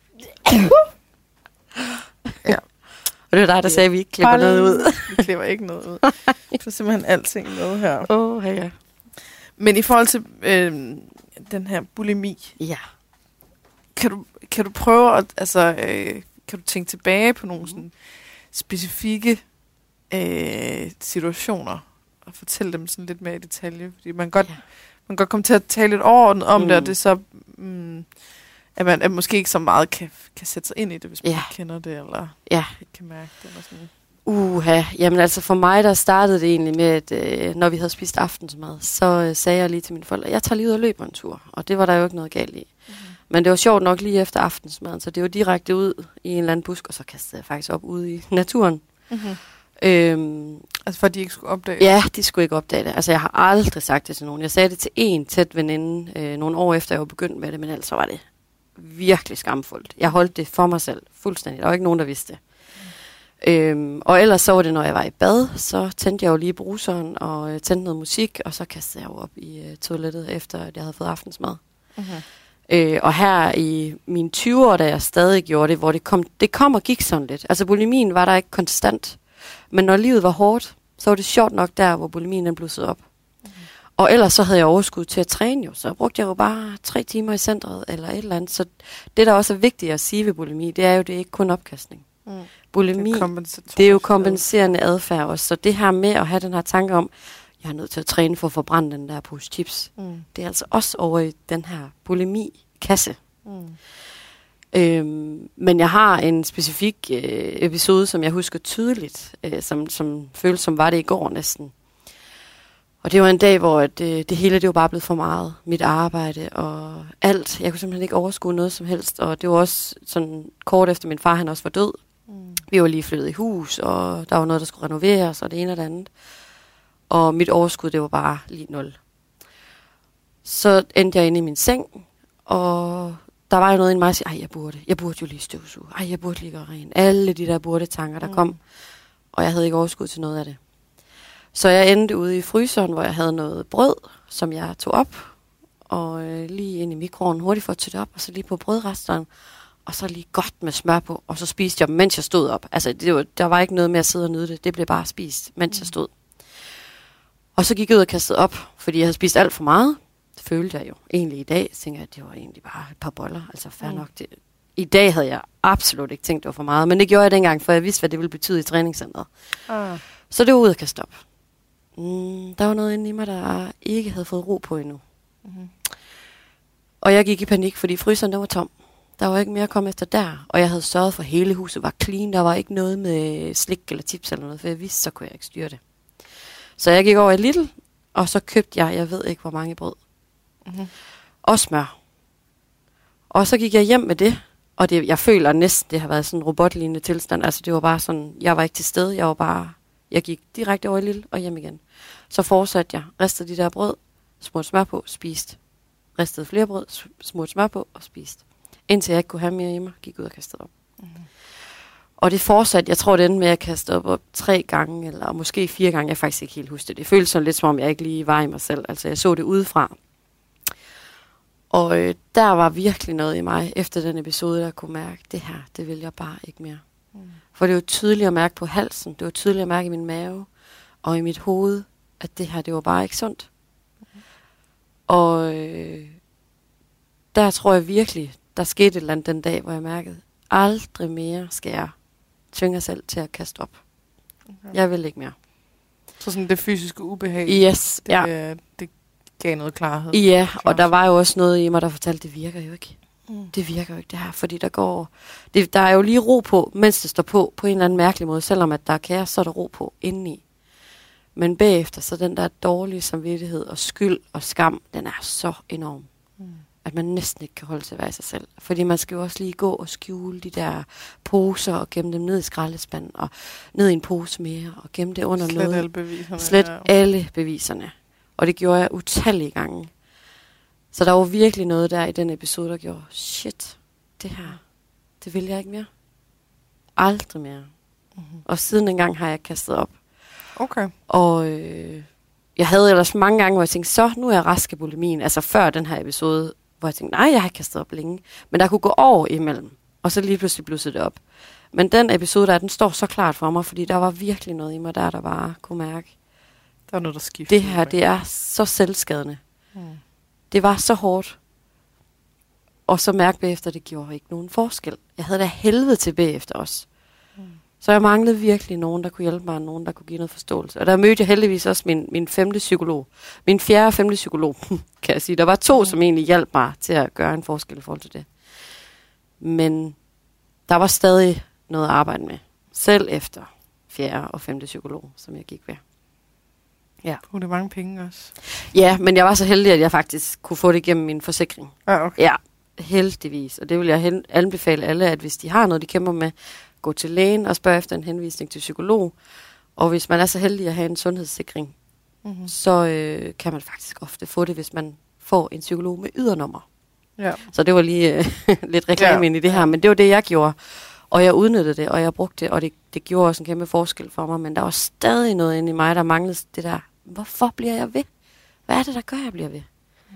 Ja. Og det var dig, der sagde, at vi ikke klipper noget ud. Vi klipper ikke noget ud. Det er simpelthen alting med her. Ja. Men i forhold til den her bulimi, kan du prøve at, kan du tænke tilbage på nogle sådan specifikke situationer og fortælle dem sådan lidt mere i detalje? Fordi man kan godt komme til at tale lidt overordnet om det, og det er så at man måske ikke så meget kan sætte sig ind i det, hvis man ikke kender det, eller ikke kan mærke det, eller sådan. Jamen altså for mig, der startede det egentlig med, at når vi havde spist aftensmad, så sagde jeg lige til mine forældre, jeg tager lige ud og løber en tur, og det var der jo ikke noget galt i. Men det var sjovt nok lige efter aftensmaden, så det var direkte ud i en eller anden busk, og så kastede jeg faktisk op ude i naturen. Altså for at de ikke skulle opdage det? Ja, de skulle ikke opdage det. Altså jeg har aldrig sagt det til nogen. Jeg sagde det til en tæt veninde nogle år efter, jeg var begyndt med det, men altså var det virkelig skamfuldt. Jeg holdt det for mig selv fuldstændig. Der var ikke nogen, der vidste det. Og ellers så var det, når jeg var i bad, så tændte jeg jo lige bruseren og tændte noget musik, og så kastede jeg jo op i toilettet, efter at jeg havde fået aftensmad. Og her i mine 20 år, da jeg stadig gjorde det, hvor det kom og gik sådan lidt. Altså bulimien var der ikke konstant. Men når livet var hårdt, så var det sjovt nok der, hvor bulimien den blussede op. Og ellers så havde jeg overskud til at træne jo, så brugte jeg jo bare 3 timer i centret eller et eller andet. Så det, der også er vigtigt at sige ved bulimi, det er jo, det er ikke kun opkastning. Bulimi, det er jo kompenserende adfærd også. Så det her med at have den her tanke om, jeg er nødt til at træne for at forbrænde den der pose chips, det er altså også over i den her bulimi-kasse. Men jeg har en specifik episode, som jeg husker tydeligt, som føles som var det i går næsten. Og det var en dag, hvor det hele det var bare blevet for meget. Mit arbejde og alt. Jeg kunne simpelthen ikke overskue noget som helst. Og det var også sådan kort efter min far, han også var død. Vi var lige flyttet i hus, og der var noget, der skulle renoveres, og det ene og det andet. Og mit overskud, det var bare lige 0. Så endte jeg inde i min seng, og der var jo noget i mig, der sagde, jeg burde jo lige støvsuge. Jeg burde lige gøre ren. Alle de der burde-tanker, der kom. Og jeg havde ikke overskud til noget af det. Så jeg endte ude i fryseren, hvor jeg havde noget brød, som jeg tog op. Og lige ind i mikroen hurtigt for at tage det op, og så lige på brødresteren. Og så lige godt med smør på, og så spiste jeg dem, mens jeg stod op. Altså, der var ikke noget med at sidde og nyde det. Det blev bare spist, mens jeg stod. Og så gik jeg ud og kastede op, fordi jeg havde spist alt for meget. Det følte jeg jo egentlig i dag. Så tænkte jeg, at det var egentlig bare et par boller. Altså fair nok. I dag havde jeg absolut ikke tænkt, det var for meget. Men det gjorde jeg dengang, for jeg vidste, hvad det ville betyde i træningscenteret. Så det var ud og kaste op. Der var noget inde i mig, der ikke havde fået ro på endnu. Og jeg gik i panik, fordi fryseren der var tom. Der var ikke mere at komme efter der. Og jeg havde sørget for, at hele huset var clean. Der var ikke noget med slik eller chips eller noget, for jeg vidste, så kunne jeg ikke styre det. Så jeg gik over i Lidl, og så købte jeg ved ikke hvor mange brød. Og smør. Og så gik jeg hjem med det, og jeg føler næsten, det har været sådan en robotlignende tilstand. Altså det var bare sådan, jeg var ikke til stede, jeg gik direkte over i Lidl og hjem igen. Så fortsatte jeg, ristede de der brød, smurte smør på, spiste. Ristede flere brød, smurte smør på og spiste. Indtil jeg ikke kunne have mere i mig, gik ud og kastede op. Og det fortsatte, jeg tror det endte med at kaste op 3 gange, eller måske 4 gange, jeg faktisk ikke helt huske det. Det føltes sådan lidt som om, jeg ikke lige var i mig selv. Altså jeg så det udefra. Og der var virkelig noget i mig, efter den episode, der kunne mærke, det her, det vil jeg bare ikke mere. For det var tydeligt at mærke på halsen, det var tydeligt at mærke i min mave, og i mit hoved, at det her, det var bare ikke sundt. Og der tror jeg virkelig, der skete et eller andet den dag, hvor jeg mærkede, aldrig mere skal jeg tvinge mig selv til at kaste op. Jeg vil ikke mere. Så sådan det fysiske ubehag, yes, det gav noget klarhed. Ja, og der var jo også noget i mig, der fortalte, det virker jo ikke. Det virker jo ikke det her, fordi der er jo lige ro på, mens det står på en eller anden mærkelig måde. Selvom at der er kaos, så er der ro på indeni. Men bagefter, så den der dårlige samvittighed og skyld og skam, den er så enorm. At man næsten ikke kan holde sig af sig selv. Fordi man skal jo også lige gå og skjule de der poser og gemme dem ned i skraldespanden og ned i en pose mere og gemme det under noget. Alle beviserne. Slet alle beviserne. Og det gjorde jeg utallige gange. Så der var virkelig noget der i den episode, der gjorde, shit, det her, det vil jeg ikke mere. Aldrig mere. Og siden dengang har jeg kastet op. Okay. Og jeg havde ellers mange gange, hvor jeg tænkte, så nu er jeg rask af bulimien. Altså før den her episode, hvor jeg tænkte, nej, jeg har ikke kastet op længe. Men der kunne gå år imellem. Og så lige pludselig blussede det op. Men den episode der, den står så klart for mig, fordi der var virkelig noget i mig der bare kunne mærke. Der var noget, der skiftede. Det her, det er så selvskadende. Det var så hårdt. Og så mærke bagefter, det gjorde ikke nogen forskel. Jeg havde da helvede til bagefter også. Så jeg manglede virkelig nogen, der kunne hjælpe mig, og nogen, der kunne give noget forståelse. Og der mødte jeg heldigvis også min 5. psykolog. Min 4. og 5. psykolog, kan jeg sige. Der var 2, som egentlig hjalp mig til at gøre en forskel i forhold til det. Men der var stadig noget at arbejde med. Selv efter 4. og 5. psykolog, som jeg gik ved. Ja. Det er mange penge også. Ja, men jeg var så heldig, at jeg faktisk kunne få det igennem min forsikring. Okay. Ja, heldigvis. Og det vil jeg anbefale alle, at hvis de har noget, de kæmper med, gå til lægen og spørge efter en henvisning til psykolog. Og hvis man er så heldig at have en sundhedssikring, så kan man faktisk ofte få det, hvis man får en psykolog med ydernummer. Ja. Så det var lige lidt reklame ind i det her, men det var det, jeg gjorde. Og jeg udnyttede det, og jeg brugte det, og det gjorde også en kæmpe forskel for mig. Men der var stadig noget inde i mig, der manglede det der, hvorfor bliver jeg ved? Hvad er det, der gør, jeg bliver ved?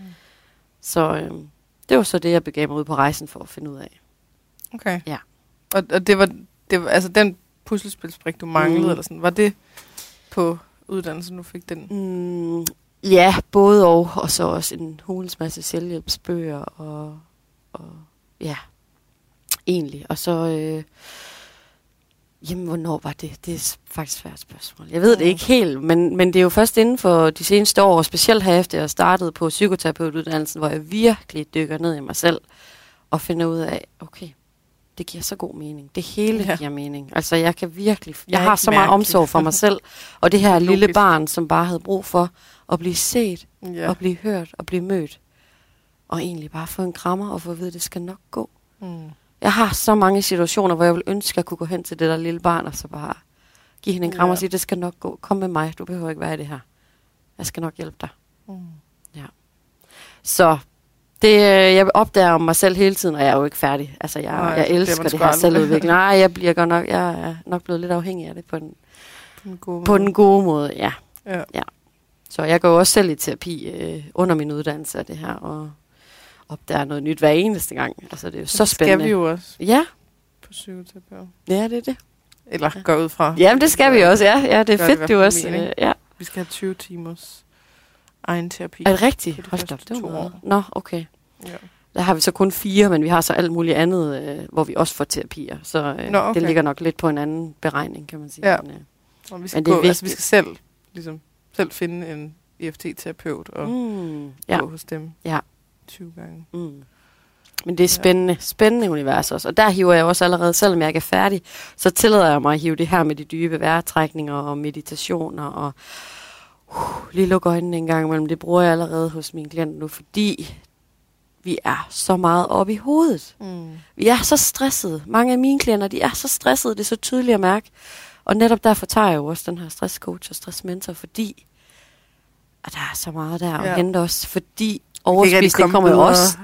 Så det var så det, jeg begav mig ud på rejsen for at finde ud af. Okay. Ja. Og det var altså den puslespilsbrik, du manglede, eller sådan, var det på uddannelsen, du fik den? Ja, både og så også en hulens masse selvhjælpsbøger, og ja, egentlig. Og så, jamen, hvornår var det? Det er faktisk svært spørgsmål. Jeg ved det ikke helt, men det er jo først inden for de seneste år, og specielt herefter jeg startede på psykoterapeutuddannelsen, hvor jeg virkelig dykker ned i mig selv, og finder ud af, okay, det giver så god mening. Det hele giver mening. Altså, jeg kan virkelig... Jeg har så meget omsorg for mig selv. Og det her lille barn, som bare havde brug for at blive set, og blive hørt, og blive mødt. Og egentlig bare få en krammer, og få at vide, at det skal nok gå. Jeg har så mange situationer, hvor jeg vil ønske, at jeg kunne gå hen til det der lille barn, og så bare give hende en kram og sige, det skal nok gå. Kom med mig, du behøver ikke være i det her. Jeg skal nok hjælpe dig. Ja. Så jeg opdager om mig selv hele tiden, og jeg er jo ikke færdig. Altså, jeg elsker det her selvudvikling. Nej, jeg er nok blevet lidt afhængig af det på den gode måde. Ja. Så jeg går også selv i terapi under min uddannelse af det her, og opdager noget nyt hver eneste gang. Altså, det er jo så spændende. Det skal vi jo også. Ja. På psykoterapeut. Ja, det er det. Eller gå ud fra. Jamen, det skal vi også, ja. Ja, det er fedt, du også. Ja. Vi skal have 20 timers egen terapi. Er det rigtigt? Hold da, det var noget. Nå, okay. Ja. Der har vi så kun 4, men vi har så alt muligt andet, hvor vi også får terapier. Så okay. Det ligger nok lidt på en anden beregning, kan man sige. Ja. Men vi skal vi skal selv finde en EFT-terapeut og gå hos dem 20 gange. Men det er spændende univers også. Og der hiver jeg også allerede, selvom jeg ikke er færdig, så tillader jeg mig at hive det her med de dybe vejrtrækninger og meditationer og lige lukke øjnene en gang imellem. Det bruger jeg allerede hos mine klienter nu, fordi vi er så meget oppe i hovedet. Vi er så stressede. Mange af mine klienter, de er så stressede, det er så tydeligt at mærke. Og netop derfor tager jeg jo også den her stresscoach og stressmentor, fordi at der er så meget der at hente os, fordi overspisning kommer jo også.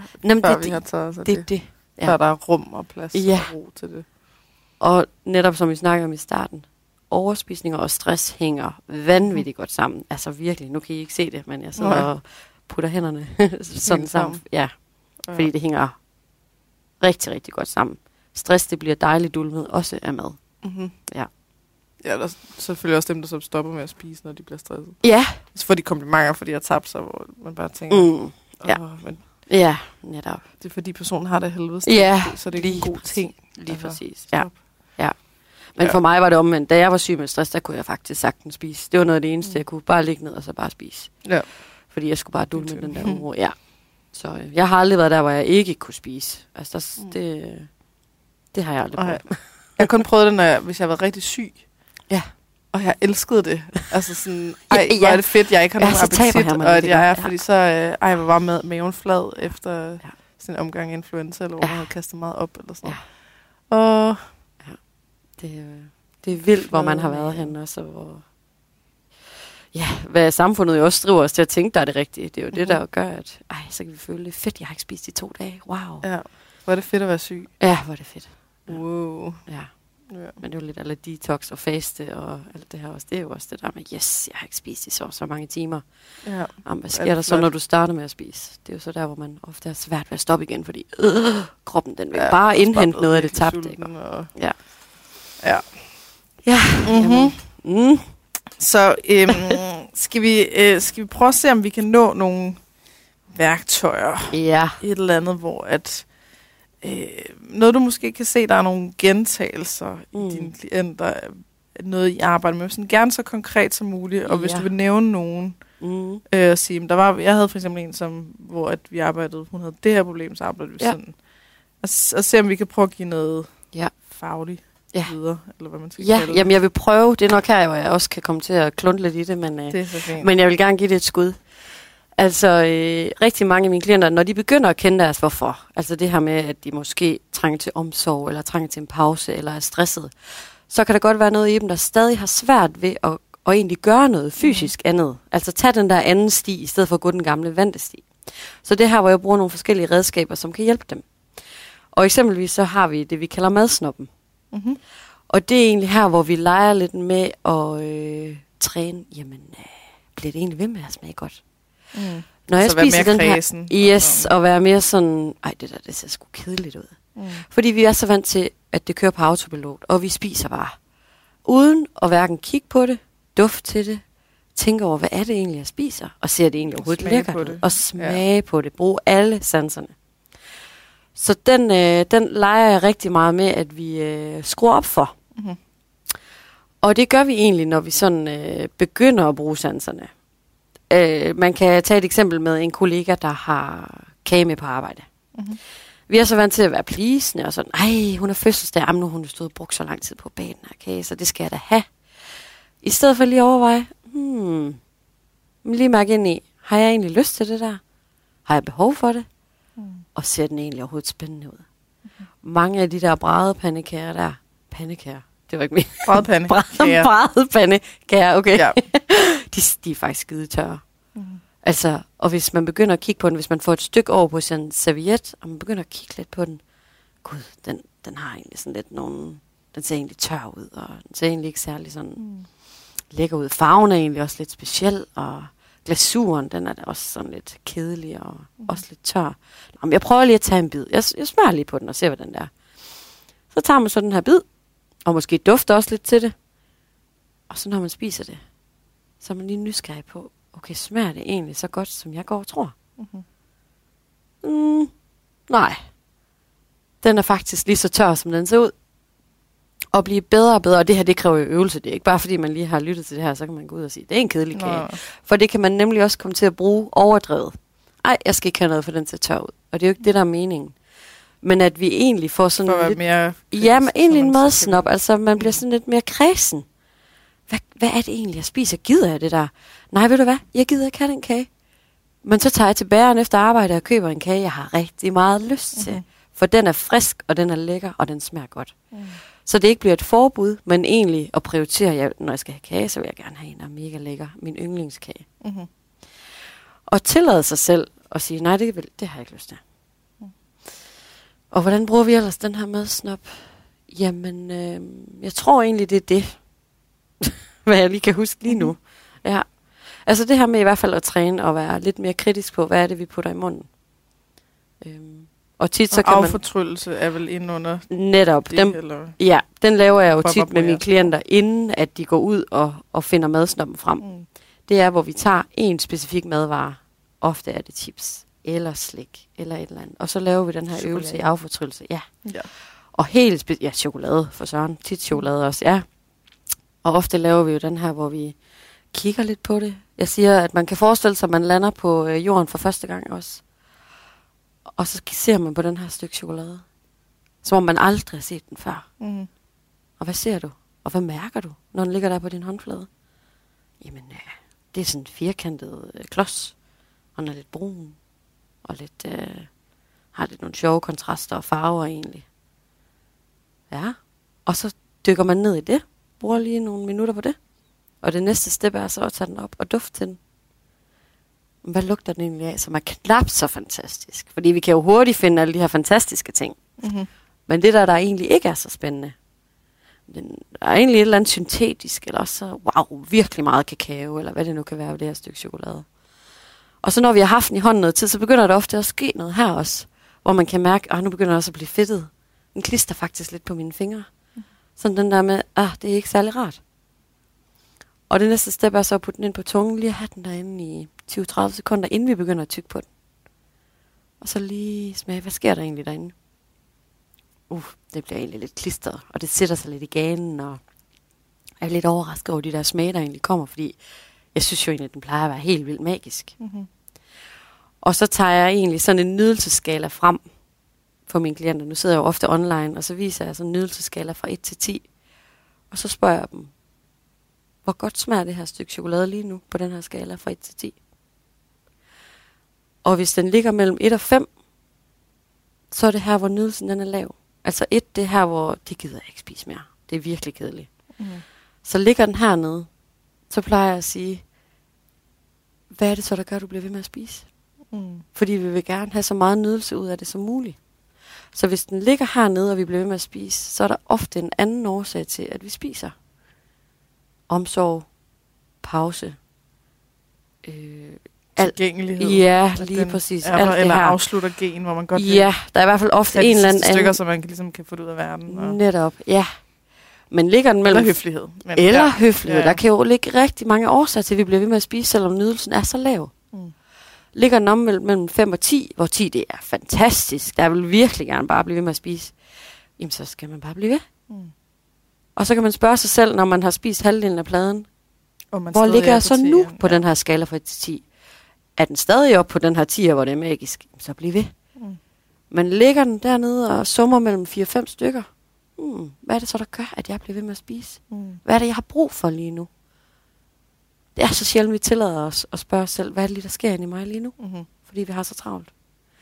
Det. Før der er rum og plads og ro til det. Og netop som vi snakker om i starten, overspisning og stress hænger vanvittigt godt sammen. Altså virkelig, nu kan I ikke se det, men jeg sidder og putter hænderne sådan sammen. Ja, fordi det hænger rigtig, rigtig godt sammen. Stress, det bliver dejligt dulmet, også af mad. Ja. Ja, der er selvfølgelig også dem, der så stopper med at spise, når de bliver stresset. Ja. Så får de komplimenter, fordi de har tabt sig, hvor man bare tænker... Men ja, netop. Det er fordi personen har det helvede, så det er en god ting. Lige præcis, ja. Men for mig var det omvendt. Da jeg var syg med stress, der kunne jeg faktisk sagtens spise. Det var noget af det eneste, jeg kunne bare ligge ned og så bare spise. Ja. Fordi jeg skulle bare dulme med den der uro. Ja. Så jeg har aldrig været der, hvor jeg ikke kunne spise. Altså, det har jeg aldrig prøvet. Jeg har kun prøvet det, hvis jeg har været rigtig syg. Ja. Og jeg elskede det. Altså sådan, hvor er det fedt, jeg ikke har nogen appetit, og at jeg er, fordi så, hvor var maven flad efter sådan en omgang influenza, eller hvor man havde kastet meget op, eller sådan noget. Og det er vildt, hvor man har været henne også, hvor... Ja, hvad samfundet jo også driver os til at tænke, der er det rigtige. Det er jo det, der gør, at så kan vi føle det fedt, jeg har ikke spist i 2 dage. Wow. Ja, hvor er det fedt at være syg. Ja, hvor er det fedt. Wow. Ja. Men det er jo lidt alle detox og faste og alt det her også. Det er jo også det der med, yes, jeg har ikke spist i så mange timer. Ja. Hvad sker der så, når du starter med at spise? Det er jo så der, hvor man ofte er svært ved at stoppe igen, fordi kroppen den vil bare indhente noget af det tabte. Ja. Ja. Ja. Så skal vi prøve at se, om vi kan nå nogle værktøjer. Ja. Et eller andet, hvor at noget du måske kan se, der er nogle gentagelser i dine klienter, noget I arbejder med, sådan gerne så konkret som muligt, og hvis du vil nævne nogen, sige, jeg havde for eksempel en, hvor at vi arbejdede, hun havde det her problem, så arbejdede vi sådan, og se om vi kan prøve at give noget fagligt videre, eller hvad man skal kalde det. Jamen jeg vil prøve, det er nok her, hvor jeg også kan komme til at klunte lidt i det, men jeg vil gerne give det et skud. Altså, rigtig mange af mine klienter, når de begynder at kende deres hvorfor, altså det her med, at de måske trænger til omsorg, eller trænger til en pause, eller er stresset, så kan der godt være noget i dem, der stadig har svært ved at egentlig gøre noget fysisk andet. Altså tage den der anden sti, i stedet for at gå den gamle vante sti. Så det her, hvor jeg bruger nogle forskellige redskaber, som kan hjælpe dem. Og eksempelvis så har vi det, vi kalder madsnoppen. Og det er egentlig her, hvor vi leger lidt med at træne, bliver det egentlig ved med at smage godt? Når jeg spiser den kredsen, her, og være mere sådan, det ser sgu kedeligt ud. Fordi vi er så vant til, at det kører på autopilot, og vi spiser bare. Uden at hverken kigge på det, dufte til det, tænke over, hvad er det egentlig, jeg spiser, og ser det egentlig overhovedet lækkert ud, og smage på det, bruge alle sanserne. Så den leger jeg rigtig meget med, at vi skruer op for. Og det gør vi egentlig, når vi sådan begynder at bruge sanserne. Man kan tage et eksempel med en kollega, der har kage med på arbejde. Vi er så vant til at være pleasende, og sådan, hun har fødselsdag, nu har hun stået og brugt så lang tid på at bage den her kage, så det skal jeg da have. I stedet for lige at overveje, lige mærke ind i, har jeg egentlig lyst til det der? Har jeg behov for det? Og ser den egentlig overhovedet spændende ud? mange af de der bradepandekager der, pandekager, det var ikke min. Bradepandekager. Bradepandekager, okay. Ja. de er faktisk skide tørre. Altså, og hvis man begynder at kigge på den, hvis man får et stykke over på sådan en serviet, og man begynder at kigge lidt på den, gud, den har egentlig sådan lidt nogle, den ser egentlig tør ud, og den ser egentlig ikke særlig sådan lækker ud. Farven er egentlig også lidt speciel, og glasuren, den er da også sådan lidt kedelig, og også lidt tør. Nå, men jeg prøver lige at tage en bid. Jeg smager lige på den, og ser, hvad den der. Så tager man så den her bid, og måske dufter også lidt til det. Og så når man spiser det, så er man lige nysgerrig på, okay, smager det egentlig så godt, som jeg går og tror? Nej. Den er faktisk lige så tør, som den ser ud. Og blive bedre og bedre, og det her, det kræver jo øvelse. Det er ikke bare fordi, man lige har lyttet til det her, så kan man gå ud og sige, det er en kedelig kage. For det kan man nemlig også komme til at bruge overdrevet. Ej, jeg skal ikke have noget for den til at tørre ud. Og det er jo ikke det, der er meningen. Men at vi egentlig får sådan for lidt... mere ja, men egentlig en madsnop. Altså, man bliver sådan lidt mere kredsen. Hvad er det egentlig, jeg spiser? Gider jeg det der? Nej, ved du hvad? Jeg gider ikke have den kage. Men så tager jeg til bageren efter arbejde og køber en kage, jeg har rigtig meget lyst til. For den er frisk, og den er lækker, og den smager godt. Så det ikke bliver et forbud, men egentlig at prioritere, når jeg skal have kage, så vil jeg gerne have en, der er mega lækker. Min yndlingskage. Og tillade sig selv at sige, nej, det har jeg ikke lyst til. Og hvordan bruger vi ellers den her madsnop? Jamen, jeg tror egentlig, det er det. Hvad jeg lige kan huske lige nu. Ja. Altså det her med i hvert fald at træne og være lidt mere kritisk på, hvad er det, vi putter i munden. Og tit så kan affortryllelse er vel inde under netop. Det, ja, den laver jeg jo tit med mine klienter, inden at de går ud og finder madsnoppen frem. Det er, hvor vi tager en specifik madvare. Ofte er det chips, eller slik, eller et eller andet. Og så laver vi den her øvelse i affortryllelse. Ja. Og helt chokolade for søren. Tit chokolade også, ja. Og ofte laver vi jo den her, hvor vi kigger lidt på det. Jeg siger, at man kan forestille sig, at man lander på jorden for første gang også. Og så ser man på den her stykke chokolade, som om man aldrig har set den før. Og hvad ser du? Og hvad mærker du, når den ligger der på din håndflade? Jamen, det er sådan en firkantet klods. Og den er lidt brun. Og lidt, har lidt nogle sjove kontraster og farver egentlig. Ja. Og så dykker man ned i det. Bruger lige nogle minutter på det. Og det næste step er så at tage den op og dufte til den. Hvad lugter den egentlig af, som er knap så fantastisk? Fordi vi kan jo hurtigt finde alle de her fantastiske ting. Men det der egentlig ikke er så spændende, der er egentlig et eller andet syntetisk, eller også wow, virkelig meget kakao, eller hvad det nu kan være ved det her stykke chokolade. Og så når vi har haft den i hånden noget tid, så begynder der ofte at ske noget her også, hvor man kan mærke, at nu begynder det også at blive fedtet. Den klister faktisk lidt på mine fingre. Sådan den der med, det er ikke særlig rart. Og det næste step er så at putte den ind på tungen, lige at have den derinde i 20-30 sekunder, inden vi begynder at tygge på den. Og så lige smage, hvad sker der egentlig derinde? Det bliver egentlig lidt klistret, og det sætter sig lidt i ganen, og jeg er lidt overrasket over de der smage, der egentlig kommer, fordi jeg synes jo egentlig, at den plejer at være helt vildt magisk. Og så tager jeg egentlig sådan en nydelsesskala frem for mine klienter. Nu sidder jeg jo ofte online, og så viser jeg sådan en nydelsesskala fra 1 til 10. Og så spørger jeg dem, hvor godt smager det her stykke chokolade lige nu på den her skala fra 1 til 10? Og hvis den ligger mellem 1 og 5, så er det her, hvor nydelsen den er lav. Altså 1, det er her, hvor det gider jeg ikke spise mere. Det er virkelig kedeligt. Så ligger den hernede, så plejer jeg at sige, hvad er det så, der gør, at du bliver ved med at spise? Fordi vi vil gerne have så meget nydelse ud af det som muligt. Så hvis den ligger hernede, og vi bliver ved med at spise, så er der ofte en anden årsag til, at vi spiser. Omsorg, pause, tilgængelighed. Ja, lige præcis. Eller afslutter gen, hvor man godt vil. Ja, der er i hvert fald ofte en eller anden stykker, så man ligesom kan få det ud af verden. Og netop, ja. Men ligger den mellem... Eller høflighed. Høflighed. Ja. Der kan jo ligge rigtig mange årsager til, at vi bliver ved med at spise, selvom nydelsen er så lav. Ligger den om mellem 5 og 10, hvor 10 det er fantastisk. Der vil virkelig gerne bare blive ved med at spise. Jamen, så skal man bare blive ved. Og så kan man spørge sig selv, når man har spist halvdelen af pladen, hvor ligger jeg så nu på den her skala fra 1 til 10? Er den stadig op på den her 10'er, hvor det er magisk? Så bliv ved. Men ligger den dernede og summer mellem 4-5 stykker? Hvad er det så, der gør, at jeg bliver ved med at spise? Hvad er det, jeg har brug for lige nu? Det er så sjældent, vi tillader os at spørge os selv, hvad er det lige, der sker inde i mig lige nu? Fordi vi har så travlt.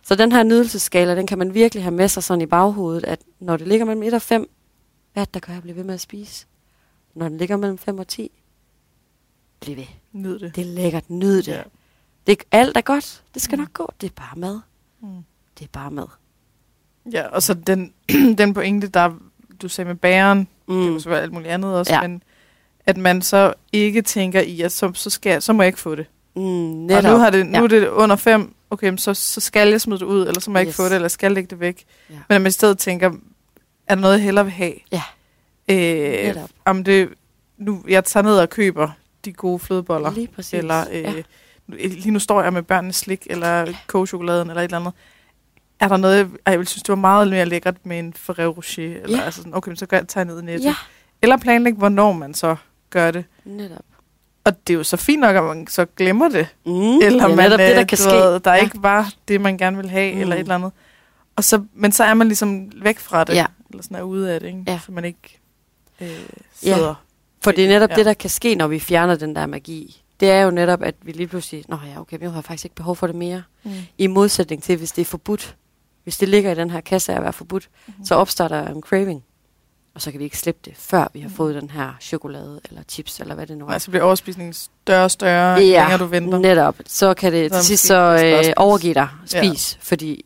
Så den her nydelsesskala, den kan man virkelig have med sig sådan i baghovedet, at når det ligger mellem 1 og 5, hvad er det, der gør, at jeg bliver ved med at spise? Når den ligger mellem 5 og 10, bliv ved. Nyd det. Det er lækkert, nyd det. Ja. Alt er godt, det skal nok gå, det er bare mad. Det er bare mad. Ja, og så den pointe, der du sagde med bageren, det er jo så alt muligt andet også, men at man så ikke tænker i, at så må jeg ikke få det. Og nu er det under 5, okay, så skal jeg smide det ud, eller så må jeg ikke få det, eller skal jeg lægge det væk. Ja. Men at man i stedet tænker, er der noget, jeg hellere vil have? Ja. Om det, nu, jeg tager ned og køber de gode flødeboller. Lige præcis. Eller lige nu står jeg med børnenes slik, eller kogechokoladen, eller et eller andet. Er der noget, jeg vil synes, det var meget mere lækkert med en Ferrero Rocher, eller altså sådan, okay, så tager jeg ned i Netto. Ja. Eller planlægge, hvornår man så gør det. Netop. Og det er jo så fint nok, at man så glemmer det. Eller man, det, der kan ske. Der ikke var det, man gerne vil have, eller et eller andet. Og så, men så er man ligesom væk fra det, eller sådan er ude af det, ikke? Så man ikke sidder. Ja. For det er netop det, der kan ske, når vi fjerner den der magi. Det er jo netop, at vi lige pludselig, okay, jeg har faktisk ikke behov for det mere. I modsætning til, hvis det er forbudt. Hvis det ligger i den her kasse af at være forbudt, så opstår der en craving. Og så kan vi ikke slippe det, før vi har fået den her chokolade, eller chips, eller hvad det nu er. Så bliver overspisningen større og større, længere du venter. Netop. Så kan det til sidst så overgive dig, spis, fordi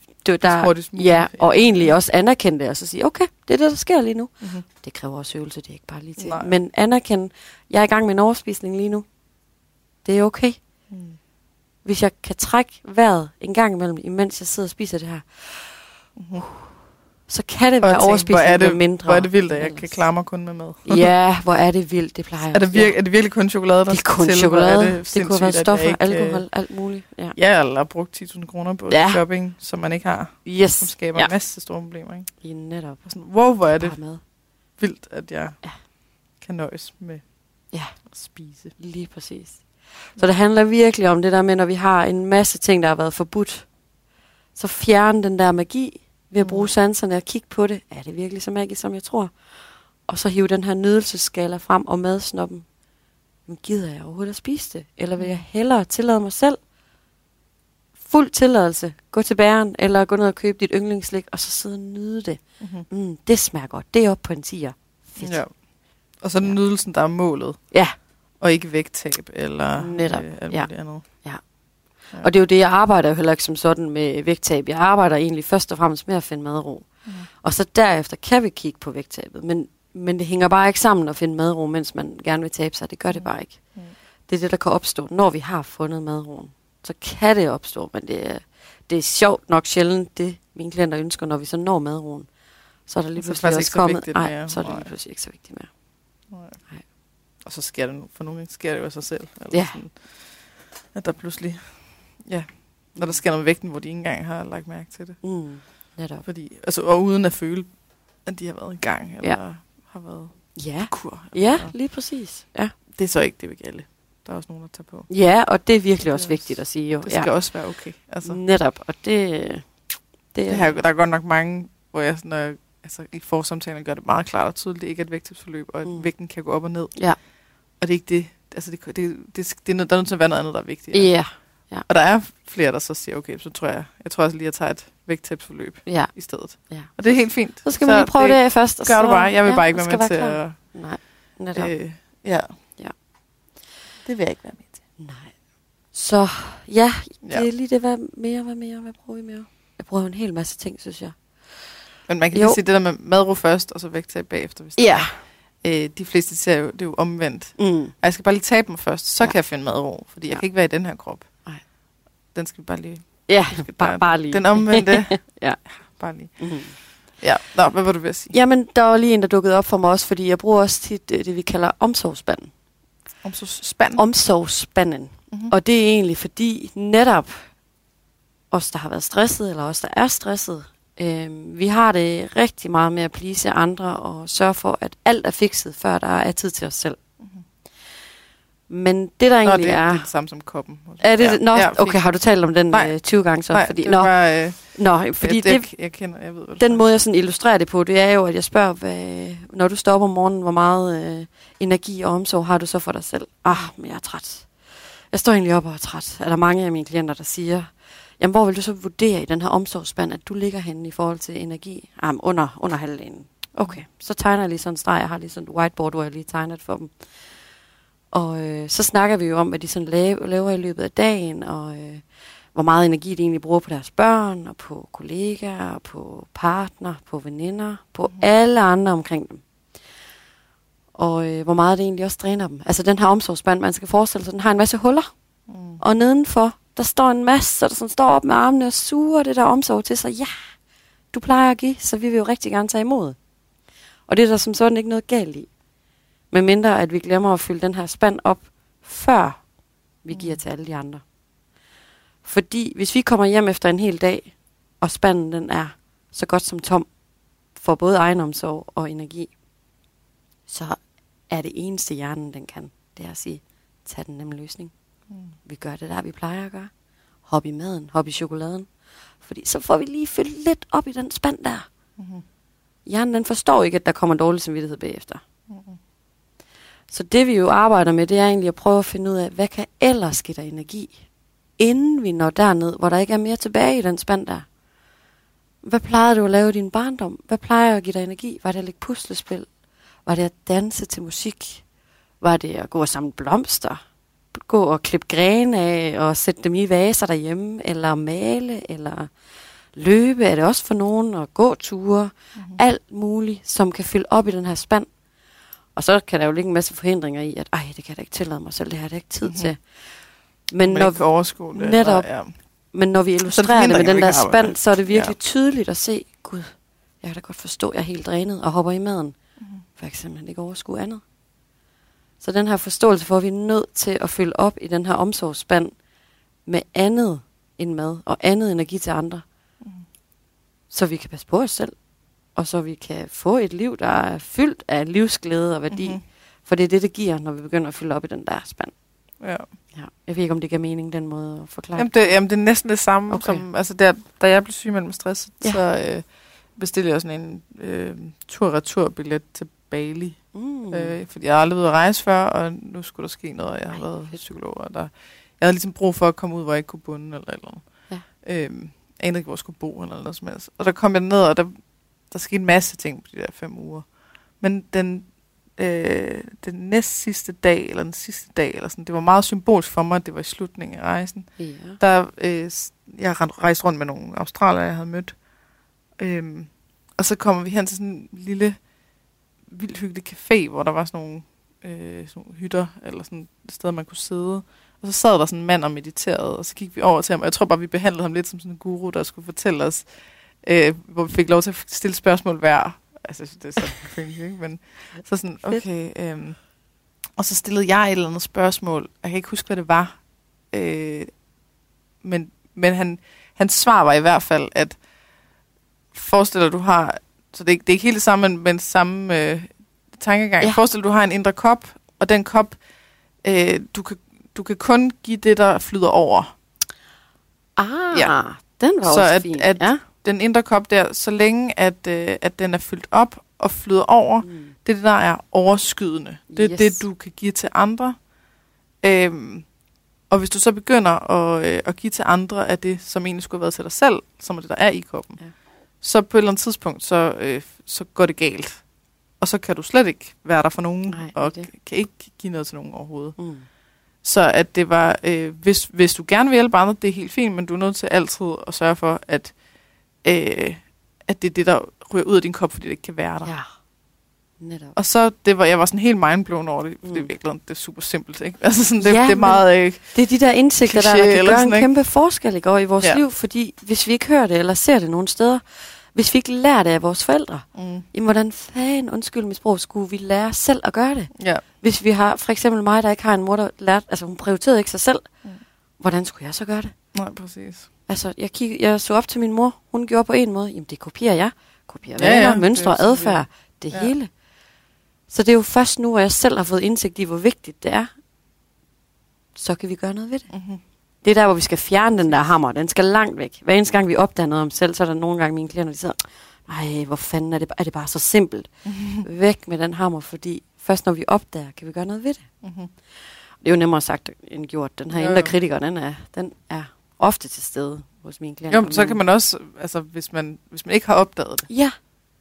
og egentlig også anerkende det, og så sige, okay, det er det, der sker lige nu. Det kræver også øvelse, det er ikke bare lige til. Men anerkende, jeg er i gang med en overspisning lige nu. Det er okay. Hvis jeg kan trække vejret en gang imellem, imens jeg sidder og spiser det her, så kan det være overspisning med mindre. Hvor er det vildt, at jeg kan klare mig kun med mad. Ja, hvor er det vildt, det plejer jeg. Er det virkelig kun chokolade, der skal til? Det er kun chokolade, det kunne være stoffer, alkohol, alt muligt. Ja, eller brugt 10.000 kroner på shopping, som man ikke har. Som skaber en masse store problemer, ikke? Ja, netop. Sådan, hvor er det vildt, at jeg kan nøjes med at spise. Lige præcis. Så det handler virkelig om det der med, når vi har en masse ting, der har været forbudt, så fjerne den der magi ved at bruge sanserne og kigge på det. Er det virkelig så magisk, som jeg tror? Og så hive den her nydelsesskala frem og madsnoppen. Men gider jeg overhovedet at spise det? Eller vil jeg hellere tillade mig selv fuld tilladelse, gå til bageren, eller gå ned og købe dit yndlingsslik, og så sidde og nyde det. Det smager godt. Det er op på en 10'er. Fedt. Ja. Og så den nydelsen, der er målet. Ja. Og ikke vægttab, eller alt muligt andet. Ja. Og det er jo det, jeg arbejder jo heller ikke som sådan med vægttab. Jeg arbejder egentlig først og fremmest med at finde madro. Og så derefter kan vi kigge på vægttabet. Men det hænger bare ikke sammen at finde madro, mens man gerne vil tabe sig. Det gør det bare ikke. Det er det, der kan opstå, når vi har fundet madroen. Så kan det opstå, men det er sjovt nok sjældent, det mine klienter ønsker, når vi så når madroen. Så er der lige pludselig også kommet. Nej, så er det lige pludselig ikke så vigtigt mere. Nej. Og så sker det nu, for nogle gange sker det jo af sig selv. Eller sådan, at der pludselig, når der sker noget med vægten, hvor de ikke engang har lagt mærke til det. Netop. Fordi, og uden at føle, at de har været i gang, eller har været kur. Lige præcis. Ja. Det er så ikke det, vi gælder. Der er også nogen, der tager på. Ja, og det er virkelig også vigtigt at sige. Jo. Det skal også være okay. Altså. Netop, og det her, der er godt nok mange, hvor jeg sådan, i forsamtalen gør det meget klart og tydeligt, det ikke er et vægttabsforløb, og at vægten kan gå op og ned. Ja. Og det er ikke det. Altså, der er nødt til at være noget andet, der er vigtigt. Ja. Og der er flere, der så siger, okay, så tror jeg også lige, at jeg tager et vægttabsforløb i stedet. Ja. Og det er helt fint. Så skal man lige prøve det først. Gør du bare. Jeg vil bare ikke være med til at... Nej, netop. Ja. Det vil jeg ikke være med til. Nej. Så det er lige det. Hvad bruger vi mere? Jeg bruger en hel masse ting, synes jeg. Men man kan lige sige det der med madro først, og så vægttab bagefter, hvis de fleste ser jo, det er jo omvendt. Og jeg skal bare lige tabe mig først, så kan jeg finde madro, fordi jeg kan ikke være i den her krop. Nej. Den skal vi bare lige... Ja, bare lige. Den omvendte. Bare lige. Ja, hvad var du ved at sige? Jamen, der var lige en, der dukkede op for mig også, fordi jeg bruger også tit det, vi kalder omsorgsspanden. Omsorgsspanden. Og det er egentlig fordi netop os, der har været stresset, eller os, der er stresset, vi har det rigtig meget med at please andre og sørge for, at alt er fikset, før der er tid til os selv. Men det der egentlig det er det samme som koppen. Er det? Okay, har du talt om den 20 gange så? Nej, fordi, det var... fordi jeg ved, den måde, jeg sådan illustrerer det på, det er jo, at jeg spørger, når du står op om morgenen, hvor meget energi og omsorg har du så for dig selv? Men jeg er træt. Jeg står egentlig op og er træt. Er der mange af mine klienter, der siger, jamen hvor vil du så vurdere i den her omsorgsspand, at du ligger henne i forhold til energi? Under halvdelen. Okay, så tegner jeg lige sådan en streg. Jeg har lige sådan et whiteboard, hvor jeg lige tegnet for dem. Og så snakker vi jo om, hvad de sådan laver i løbet af dagen, og hvor meget energi de egentlig bruger på deres børn, og på kollegaer, og på partner, på veninder, på alle andre omkring dem. Og hvor meget det egentlig også dræner dem. Altså den her omsorgsspand, man skal forestille sig, den har en masse huller. Og nedenfor, der står en masse, der sådan står op med armene og suger det der omsorg til sig. Ja, du plejer at give, så vi vil jo rigtig gerne tage imod. Og det er der som sådan ikke noget galt i. Men mindre at vi glemmer at fylde den her spand op, før vi giver til alle de andre. Fordi hvis vi kommer hjem efter en hel dag, og spanden den er så godt som tom, for både egenomsorg og energi, så er det eneste hjernen den kan, det er at sige, tag den nemme løsning. Vi gør det der, vi plejer at gøre. Hop i maden, hop i chokoladen. Fordi så får vi lige fyldt lidt op i den spand der. Hjernen den forstår ikke, at der kommer dårlig samvittighed bagefter. Så det vi jo arbejder med, det er egentlig at prøve at finde ud af, hvad kan ellers give dig energi, inden vi når derned, hvor der ikke er mere tilbage i den spand der. Hvad plejede du at lave i din barndom? Hvad plejer at give dig energi? Var det at lægge puslespil? Var det at danse til musik? Var det at gå og samle blomster? Gå og klippe grene af og sætte dem i vaser derhjemme? Eller male? Eller løbe? Er det også for nogen? Og gå ture? Alt muligt, som kan fylde op i den her spand. Og så kan der jo ligge en masse forhindringer i, at det kan jeg da ikke tillade mig selv, det har jeg da ikke tid til. Men når vi overskue det. Netop, men når vi illustrerer det med den der spand, så er det virkelig tydeligt at se, Gud, jeg kan da godt forstå, at jeg er helt drænet og hopper i maden. For eksempel ikke overskue andet. Så den her forståelse for, at vi er nødt til at fylde op i den her omsorgsspand med andet end mad og andet energi til andre. Så vi kan passe på os selv. Og så vi kan få et liv, der er fyldt af livsglæde og værdi. For det er det giver, når vi begynder at fylde op i den der spand. Ja. Jeg ved ikke, om det giver mening, den måde at forklare. Jamen, det er næsten det samme, som, altså da jeg blev sygemeldt med stress, så bestilte jeg sådan en tur-retur-billet til Bali. Fordi jeg har aldrig været at rejse før, og nu skulle der ske noget, og jeg har været psykolog, og jeg havde ligesom brug for at komme ud, hvor jeg ikke kunne bunde, eller noget. Jeg anede ikke, hvor jeg skulle bo, eller noget som helst. Og der kom jeg ned, og der skete en masse ting på de der 5 uger. Men den næst sidste dag, eller den sidste dag, eller sådan, det var meget symbolsk for mig, at det var i slutningen af rejsen. Der, jeg rejste rundt med nogle australiere, jeg havde mødt. Og så kommer vi hen til sådan en lille, vildt hyggelig café, hvor der var sådan nogle hytter, eller sådan et sted, man kunne sidde. Og så sad der sådan en mand og mediterede, og så gik vi over til ham, og jeg tror bare, vi behandlede ham lidt som sådan en guru, der skulle fortælle os, hvor vi fik lov til at stille spørgsmål hver. Altså, det er så cringe, ikke? Men så sådan, okay. Og så stillede jeg et eller andet spørgsmål. Jeg kan ikke huske, hvad det var. Men hans svar var i hvert fald, at forestiller du har, så det er ikke helt det samme, men samme tankegang. Ja. Forestil du har en indre kop, og den kop, du kan kun give det, der flyder over. Den var så også fin. At den indre kop der, så længe at den er fyldt op og flyder over, det er det, der er overskydende. Det er det, du kan give til andre. Og hvis du så begynder at give til andre af det, som egentlig skulle have været til dig selv, som er det, der er i koppen, så på et eller andet tidspunkt, så går det galt. Og så kan du slet ikke være der for nogen, og kan ikke give noget til nogen overhovedet. Så at det var, hvis du gerne vil hjælpe andre, det er helt fint, men du er nødt til altid at sørge for, at det er det, der ryger ud af din kop, fordi det ikke kan være der. Ja, netop. Og så, jeg var sådan helt mindblown over det, for det er virkelig, det er super simpelt, ikke? Altså sådan, det er meget det er de der indsigter, der kan gøre en sådan, kæmpe forskel i vores liv, fordi hvis vi ikke hører det, eller ser det nogen steder, hvis vi ikke lærer det af vores forældre, jamen hvordan fanden, undskyld mit sprog, skulle vi lære selv at gøre det? Ja. Hvis vi har, for eksempel mig, der ikke har en mor, der lærte, altså hun prioriterede ikke sig selv, hvordan skulle jeg så gøre det? Nej, præcis. Altså, jeg så op til min mor, hun gjorde på en måde, jamen det kopierer jeg. Kopierer vaner, mønstre og adfærd, det hele. Så det er jo først nu, at jeg selv har fået indsigt i, hvor vigtigt det er, så kan vi gøre noget ved det. Det er der, hvor vi skal fjerne den der hammer. Den skal langt væk. Hver eneste gang, vi opdager noget om selv, så er der nogle gange mine klienter, de siger, hvor fanden er det bare så simpelt. Væk med den hammer, fordi først når vi opdager, kan vi gøre noget ved det. Det er jo nemmere sagt end gjort. Den her indre kritiker, den er ofte til stede hos mine klienter. Jo, men så kan man også, altså hvis man ikke har opdaget det, Ja.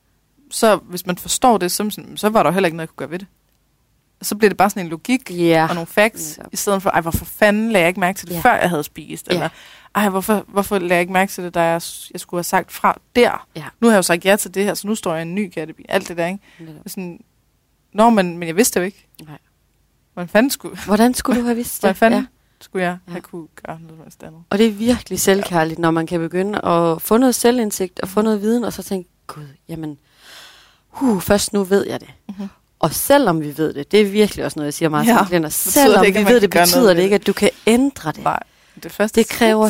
så hvis man forstår det, så var der jo heller ikke noget, jeg kunne gøre ved det. Og så bliver det bare sådan en logik og nogle facts, i stedet for, hvorfor fanden lagde jeg ikke mærke til det, før jeg havde spist? Eller, hvorfor lagde jeg ikke mærke til det, da jeg skulle have sagt fra der? Ja. Nu har jeg jo sagt ja til det her, så nu står jeg i en ny kategori. Alt det der, ikke? Sådan, men jeg vidste det jo ikke. Nej. Hvordan skulle du have vidst det? Hvordan fanden skulle jeg have kunne gøre noget andet? Og det er virkelig selvkærligt, når man kan begynde at få noget selvindsigt og få noget viden, og så tænke, gud, jamen, først nu ved jeg det. Mm-hmm. Og selvom vi ved det, det er virkelig også noget, jeg siger meget til klienter, selvom vi ved det, betyder det ikke, at du kan ændre det. Nej, det kræver,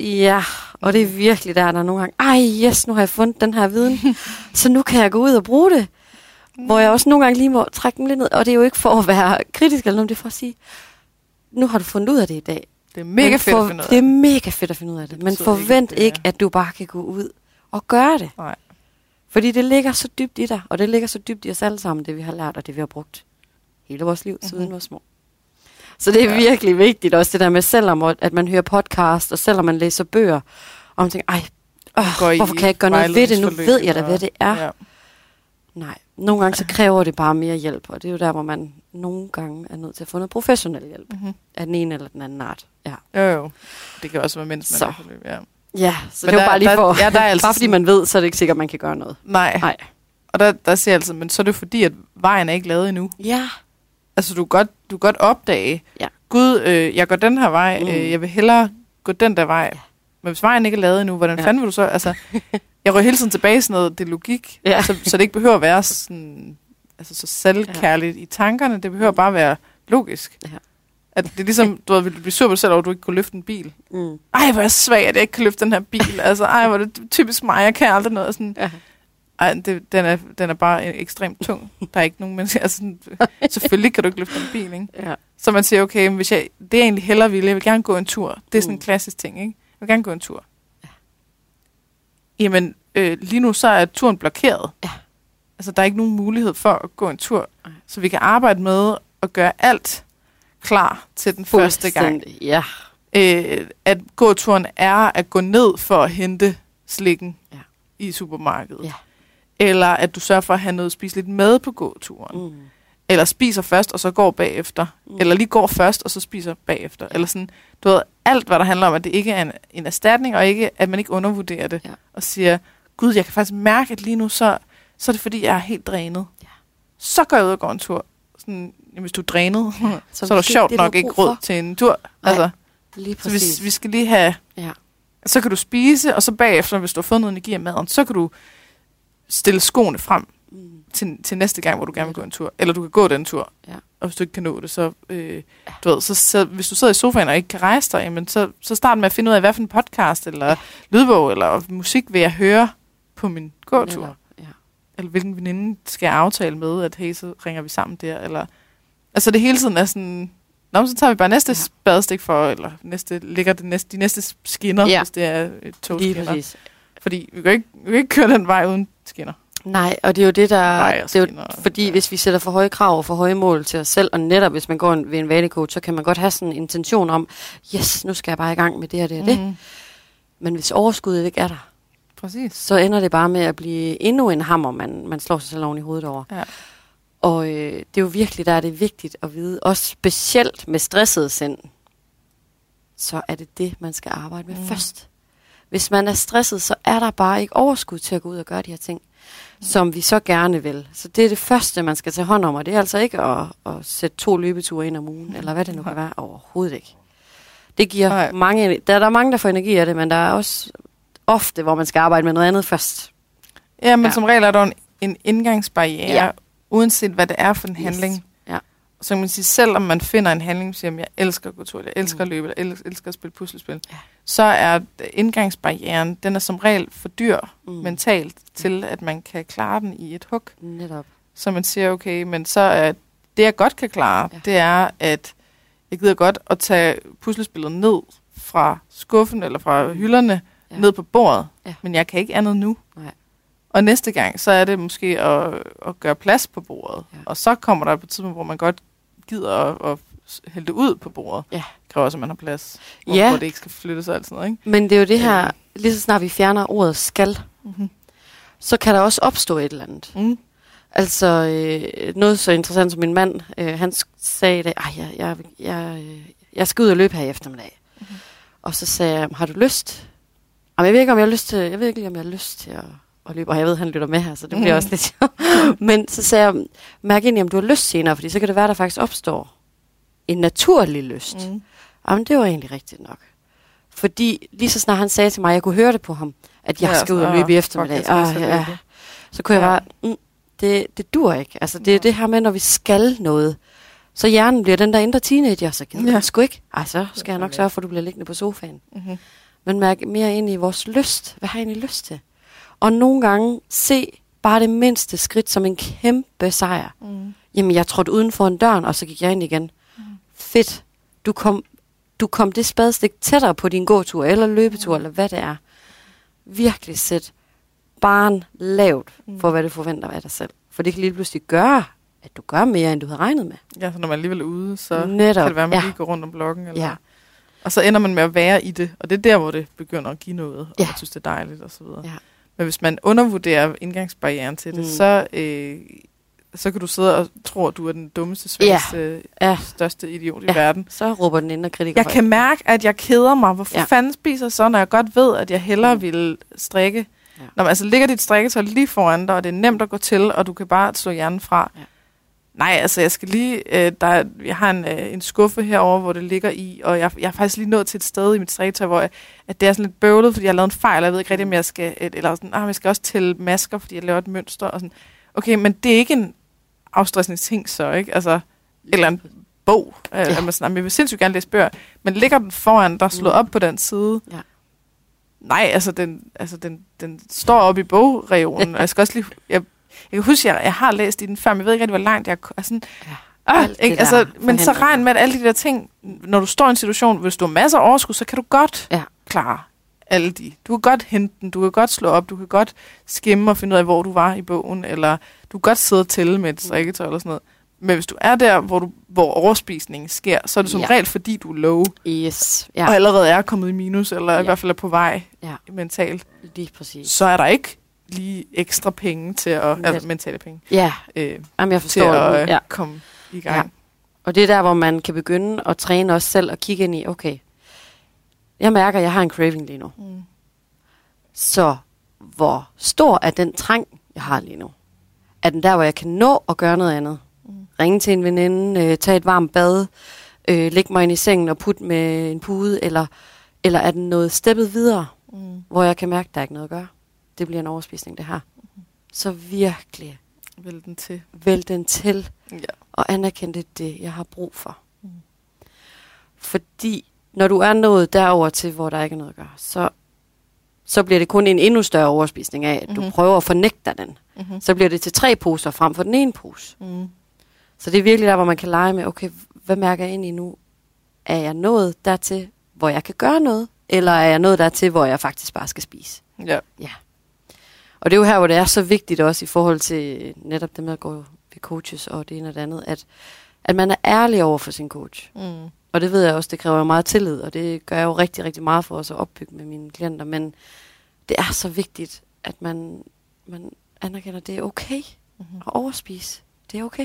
og det er virkelig der er nogle gange, nu har jeg fundet den her viden, så nu kan jeg gå ud og bruge det. Hvor jeg også nogle gange lige må trække dem lidt ned, og det er jo ikke for at være kritisk eller noget, det er for at sige, nu har du fundet ud af det i dag. Det er mega fedt at finde ud af det. Det er mega fedt at finde ud af det, men forvent ikke, at du bare kan gå ud og gøre det. Nej. Fordi det ligger så dybt i dig, og det ligger så dybt i os alle sammen, det vi har lært, og det vi har brugt hele vores liv, siden vi var små. Så det er virkelig vigtigt også, det der med, selvom at man hører podcast, og selvom man læser bøger, og man tænker, hvorfor kan jeg ikke gøre noget ved det? Nu ved jeg da, hvad det er. Ja. Nej, nogle gange så kræver det bare mere hjælp, og det er jo der, hvor man nogle gange er nødt til at få noget professionel hjælp, af den ene eller den anden art. Ja. Jo. Det kan også være, mens man er forløb, Ja, så men det er bare lige for, bare fordi man ved, så er det ikke sikkert, man kan gøre noget. Nej. Og der siger jeg altid, men så er det fordi, at vejen er ikke lavet endnu. Ja. Altså, du kan godt opdage, Gud, jeg går den her vej, jeg vil hellere gå den der vej. Ja. Men hvis vejen ikke er lavet endnu, hvordan fanden vil du så? Altså, jeg rører hele tiden tilbage i sådan noget, det er logik, så det ikke behøver at være sådan, altså, så selvkærligt i tankerne. Det behøver bare at være logisk. Ja. At det er ligesom, du vil blive sur på dig selv over, at du ikke kunne løfte en bil. Ej, hvor er jeg svag, at jeg ikke kan løfte den her bil. Altså, hvor er det typisk mig, jeg kan aldrig noget. Sådan, den er bare ekstremt tung. Der er ikke nogen mennesker. Altså, selvfølgelig kan du ikke løfte en bil, ikke? Ja. Så man siger, okay, hvis det er egentlig hellere ville, jeg vil gerne gå en tur. Det er sådan en klassisk ting, ikke? Jeg vil gerne gå en tur. Ja. Jamen, lige nu så er turen blokeret. Ja. Altså, der er ikke nogen mulighed for at gå en tur. Så vi kan arbejde med at gøre alt klar til den første gang. Ja. At gåturen er at gå ned for at hente slikken i supermarkedet. Ja. Eller at du sørger for at have noget at spise lidt med på gåturen. Eller spiser først, og så går bagefter. Eller lige går først, og så spiser bagefter. Eller sådan, du ved, alt hvad der handler om, at det ikke er en erstatning, og ikke, at man ikke undervurderer det. Ja. Og siger, gud, jeg kan faktisk mærke, at lige nu, så er det fordi, jeg er helt drænet. Ja. Så går jeg ud og går en tur. Sådan, hvis du er drænet, så er der sjovt nok ikke råd til en tur. Nej, altså, lige præcis. Så vi skal lige have... Ja. Så kan du spise, og så bagefter, hvis du har fået noget energi af maden, så kan du stille skoene frem til næste gang, hvor du gerne vil gå en tur. Eller du kan gå den tur. Ja. Og hvis du ikke kan nå det, så... du ved, så hvis du sidder i sofaen og ikke kan rejse dig, jamen, så start med at finde ud af, hvad for en podcast, eller lydbog, eller musik vil jeg høre på min gåtur. Ja. Eller hvilken veninde skal jeg aftale med, at hey, så ringer vi sammen der. Eller, altså det hele tiden er sådan... Nå, så tager vi bare næste spadestik for, eller de næste skinner, hvis det er togskinner. Fordi vi kan ikke køre den vej uden skinner. Nej, og det er jo det, fordi hvis vi sætter for høje krav og for høje mål til os selv, og netop hvis man går ved en vanecoach, så kan man godt have sådan en intention om, yes, nu skal jeg bare i gang med det og det og det. Men hvis overskuddet ikke er der, så ender det bare med at blive endnu en hammer, man slår sig selv oven i hovedet over. Ja. Og det er jo virkelig, der er det vigtigt at vide, også specielt med stresset sind, så er det, man skal arbejde med først. Hvis man er stresset, så er der bare ikke overskud til at gå ud og gøre de her ting, som vi så gerne vil. Så det er det første, man skal tage hånd om, og det er altså ikke at sætte 2 løbeture ind om ugen, eller hvad det nu kan være, overhovedet ikke. Det giver mange, der er mange, der får energi af det, men der er også ofte, hvor man skal arbejde med noget andet først. Ja, men som regel er der en indgangsbarriere, uanset hvad det er for en handling. Ja. Så kan man sige, selvom man finder en handling, siger, jeg elsker at gå tur, jeg elsker at løbe, jeg elsker at spille puslespil, så er indgangsbarrieren, den er som regel for dyr mentalt til, at man kan klare den i et hug. Netop. Så man siger, okay, men så er det, jeg godt kan klare, det er, at jeg gider godt at tage puslespillet ned fra skuffen eller fra hylderne, ned på bordet, men jeg kan ikke andet nu. Nej. Og næste gang, så er det måske at gøre plads på bordet. Ja. Og så kommer der på et tidspunkt, hvor man godt gider at hælde det ud på bordet. Ja. Det kræver også, at man har plads, hvor det ikke skal flyttes og alt sådan noget, ikke? Men det er jo det her, lige så snart vi fjerner ordet skal, så kan der også opstå et eller andet. Mm. Altså, noget så interessant som min mand, han sagde det, jeg skal ud og løbe her i eftermiddag. Mm-hmm. Og så sagde jeg, har du lyst? Jamen, jeg ved ikke, om jeg har lyst til at løbe. Og jeg ved, han lytter med her, så det bliver også lidt sjovt. Men så sagde jeg, mærk egentlig, om du har lyst senere, fordi så kan det være, der faktisk opstår en naturlig lyst. Mm. Jamen, det var egentlig rigtigt nok. Fordi lige så snart han sagde til mig, jeg kunne høre det på ham, at jeg skal ud og løbe i eftermiddag. Så kunne jeg bare, det dur ikke. Altså, det er det her med, når vi skal noget, så hjernen bliver den der indre teenager, så gider jeg sgu ikke. Så skal jeg nok sørge for, at du bliver liggende på sofaen. Mm-hmm. Men mærk mere ind i vores lyst. Hvad har jeg egentlig lyst til? Og nogle gange se bare det mindste skridt som en kæmpe sejr. Mm. Jamen, jeg trådte uden for en dør, og så gik jeg ind igen. Mm. Fedt. Du kom det spadestik tættere på din gåtur, eller løbetur, eller hvad det er. Virkelig sæt barn lavt for, hvad du forventer af dig selv. For det kan lige pludselig gøre, at du gør mere, end du havde regnet med. Ja, så når man alligevel er ude, så kan det være, at man lige går rundt om blokken. Eller ja. Og så ender man med at være i det, og det er der, hvor det begynder at give noget, og man synes, det er dejligt, og så videre. Ja. Men hvis man undervurderer indgangsbarrieren til det, så kan du sidde og tro, at du er den dummeste, svageste, største idiot i verden. Så råber den indre kritiker. Jeg kan mærke, at jeg keder mig. Hvorfor fanden spiser så, når jeg godt ved, at jeg hellere vil strikke? Ja. Når man altså ligger dit strikketøj lige foran dig, og det er nemt at gå til, og du kan bare slå hjernen fra. Ja. Nej, altså jeg skal lige, jeg har en skuffe herover, hvor det ligger i, og jeg er faktisk lige nået til et sted i mit strikketøj, hvor at det er sådan lidt bøvlet, fordi jeg har lavet en fejl, og jeg ved ikke rigtig, om jeg skal, eller sådan, jeg skal også tælle masker, fordi jeg laver et mønster, og sådan. Okay, men det er ikke en afstressningsting så, ikke? Altså, eller en bog. Jeg vil sindssygt gerne læse bøger, men ligger den foran dig, slået op på den side? Ja. Nej, den står op i bogreolen, og jeg skal også lige, jeg kan huske, jeg har læst i den før, men jeg ved ikke rigtig, hvor langt jeg er sådan. Ja, men så regn med, at alle de der ting, når du står i en situation, hvis du har masser af overskud, så kan du godt klare alle de. Du kan godt hente den, du kan godt slå op, du kan godt skimme og finde ud af, hvor du var i bogen, eller du kan godt sidde og tælle med et strikketøj eller sådan noget. Men hvis du er der, hvor overspisningen sker, så er det som regel, fordi du er low. Yes. Og allerede er kommet i minus, eller i hvert fald er på vej mentalt. Lige præcis. Så er der ikke lige ekstra penge til at mentale penge. Ja. Jamen, jeg forstår til at komme i gang. Ja. Og det er der, hvor man kan begynde at træne os selv og kigge ind i, okay, jeg mærker, at jeg har en craving lige nu. Mm. Så hvor stor er den trang, jeg har lige nu? Er den der, hvor jeg kan nå at gøre noget andet? Ringe til en veninde, tage et varmt bad, lægge mig ind i sengen og putte med en pude, eller er den noget steppet videre, hvor jeg kan mærke, at der er ikke noget at gøre? Det bliver en overspisning, det her. Så virkelig vælg den til og anerkende det, jeg har brug for. Mm. Fordi når du er nået derover til, hvor der ikke er noget at gøre, så bliver det kun en endnu større overspisning af, at du prøver at fornægte dig den. Mm-hmm. Så bliver det til 3 poser frem for den ene pose. Mm. Så det er virkelig der, hvor man kan lege med, okay, hvad mærker jeg ind i nu? Er jeg nået dertil, hvor jeg kan gøre noget? Eller er jeg nået dertil, hvor jeg faktisk bare skal spise? Ja. Og det er jo her, hvor det er så vigtigt også i forhold til netop det med at gå ved coaches og det ene og det andet, at man er ærlig over for sin coach. Mm. Og det ved jeg også, det kræver meget tillid, og det gør jeg jo rigtig, rigtig meget for os at opbygge med mine klienter. Men det er så vigtigt, at man anerkender, at det er okay at overspise. Det er okay.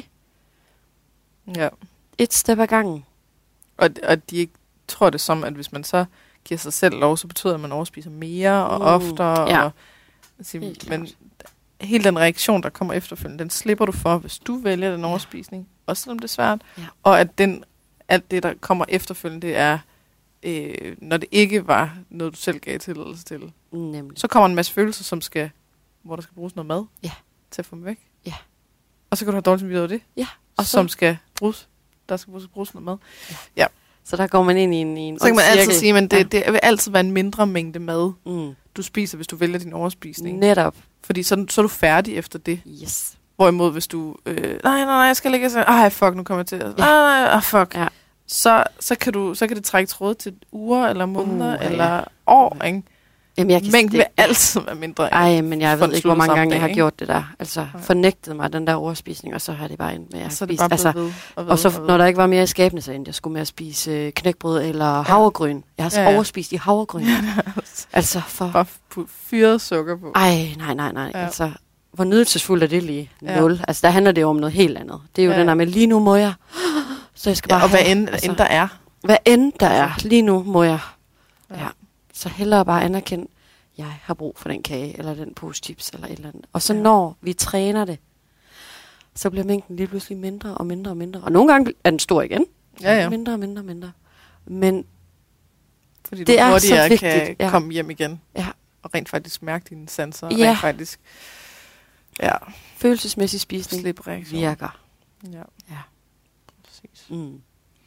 Ja. Et step ad gangen. Og de ikke tror det som, at hvis man så giver sig selv lov, så betyder det, at man overspiser mere og oftere. Ja. Men hele den reaktion, der kommer efterfølgende, den slipper du for, hvis du vælger den overspisning. Også selvom det er svært. Ja. Og at alt det, der kommer efterfølgende, det er, når det ikke var noget, du selv gav tilladelse til. Nemlig. Så kommer en masse følelser, hvor der skal bruges noget mad til at få dem væk. Ja. Og så kan du have dårligt samvittighed over det. Ja. Og som skal bruges. Der skal bruges noget mad. Ja. Så der går man ind i en så kan man altid sige, men det vil altid være en mindre mængde mad, du spiser, hvis du vælger din overspisning. Netop. Fordi så er du færdig efter det. Yes. Hvorimod, hvis du, nej, jeg skal ligge sådan, fuck, nu kommer jeg til. Fuck. Ja. Så kan det trække tråd til uger, eller måneder, eller år, ikke? Jamen, jeg kan mængden vil altid være mindre. Ej, men jeg ved ikke, hvor mange gange jeg har ikke? gjort det der. Altså, fornægtet mig den der overspisning, og så har det bare endt med at Så er det spise. bare Altså, ved, og så, når der ikke var mere i skabene, så endte jeg skulle med at spise knækbrød eller havregryn. Jeg har så overspist i havregryn. Altså, bare fyret sukker på. Ej, nej. Ja. Altså, hvor nydelsesfuldt er det lige? 0. Altså, der handler det jo om noget helt andet. Det er jo den der med, lige nu må jeg. Så jeg skal bare og hvad end der er. Hvad end der er, lige nu må jeg. Ja. Så hellere bare anerkende, jeg har brug for den kage, eller den pose chips, eller et eller andet. Og så når vi træner det, så bliver mængden lige pludselig mindre og mindre og mindre. Og nogle gange er den stor igen. Ja. Mindre og mindre og mindre. Men fordi det du er så vigtigt. Kan komme hjem igen. Ja. Og rent faktisk mærke dine sanser. Og Ja. rent faktisk følelsesmæssig spisning virker. Ja. Præcis. Mm.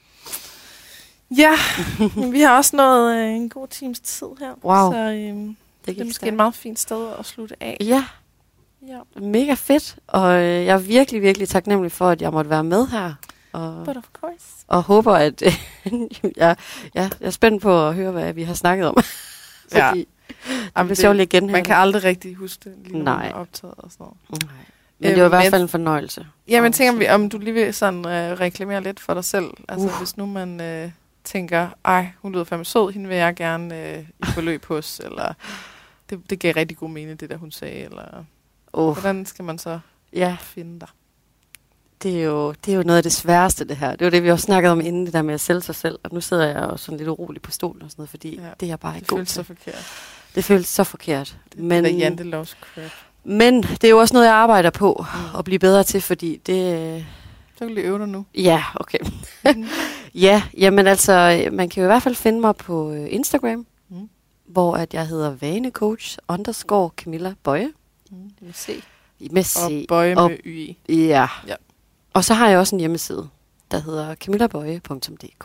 Ja, vi har også nået en god times tid her. Wow. Så det er måske et meget fint sted at slutte af. Ja. Mega fedt. Og jeg er virkelig, virkelig taknemmelig for, at jeg måtte være med her. But of course. Og håber, at jeg er spændt på at høre, hvad vi har snakket om. Fordi det bliver sjovt igen her. Man kan aldrig rigtig huske det, lige når man Nej. er optaget og sådan noget. Nej. Men det var i hvert fald en fornøjelse. Ja, men tænker om du lige vil sådan reklamere lidt for dig selv. Altså hvis nu man tænker, ej, hun lyder fandme sød, hende vil jeg gerne i forløb hos, eller det gav rigtig god mening, det der hun sagde, eller hvordan skal man så finde dig? Det er jo noget af det sværeste, det her. Det var det, vi også snakkede om inden, det der med at sælge sig selv. Og nu sidder jeg også sådan lidt urolig på stolen og sådan noget, fordi det er jeg bare ikke god til. Det føles så forkert. Det føles så forkert. Det er jantelovs crap. Men det er jo også noget, jeg arbejder på at blive bedre til, fordi det... Så kan du lige øve dig nu. Ja, okay. Ja, jamen altså, man kan jo i hvert fald finde mig på Instagram, hvor at jeg hedder vanecoach _ Camilla Boye. Med C. Med C. Og Boye med Y. Ja. Og så har jeg også en hjemmeside, der hedder camillaboye.dk.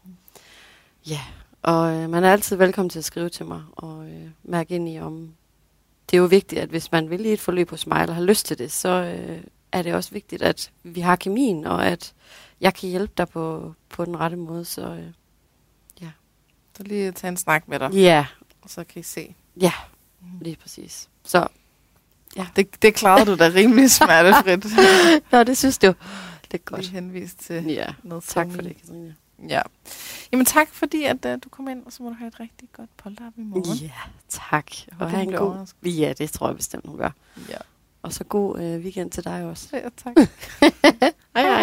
Ja, og man er altid velkommen til at skrive til mig og mærke ind i om... Det er jo vigtigt, at hvis man vil i et forløb hos mig, eller har lyst til det, så er det også vigtigt, at vi har kemien, og at jeg kan hjælpe dig på den rette måde. Så Så lige tage en snak med dig. Ja. Og så kan I se. Ja, lige præcis. Så ja. Det klarede du da rimelig smertefrit. Nå, det synes du. Det er godt. Lige henvist til noget. Tak for det, Katrine. Ja. Jamen tak, fordi at du kom ind, og så må du have et rigtig godt polterap i morgen. Ja, tak. Og have en god... Ja, det tror jeg bestemt, hun gør. Ja. Og så god weekend til dig også. Ja, tak. Hej.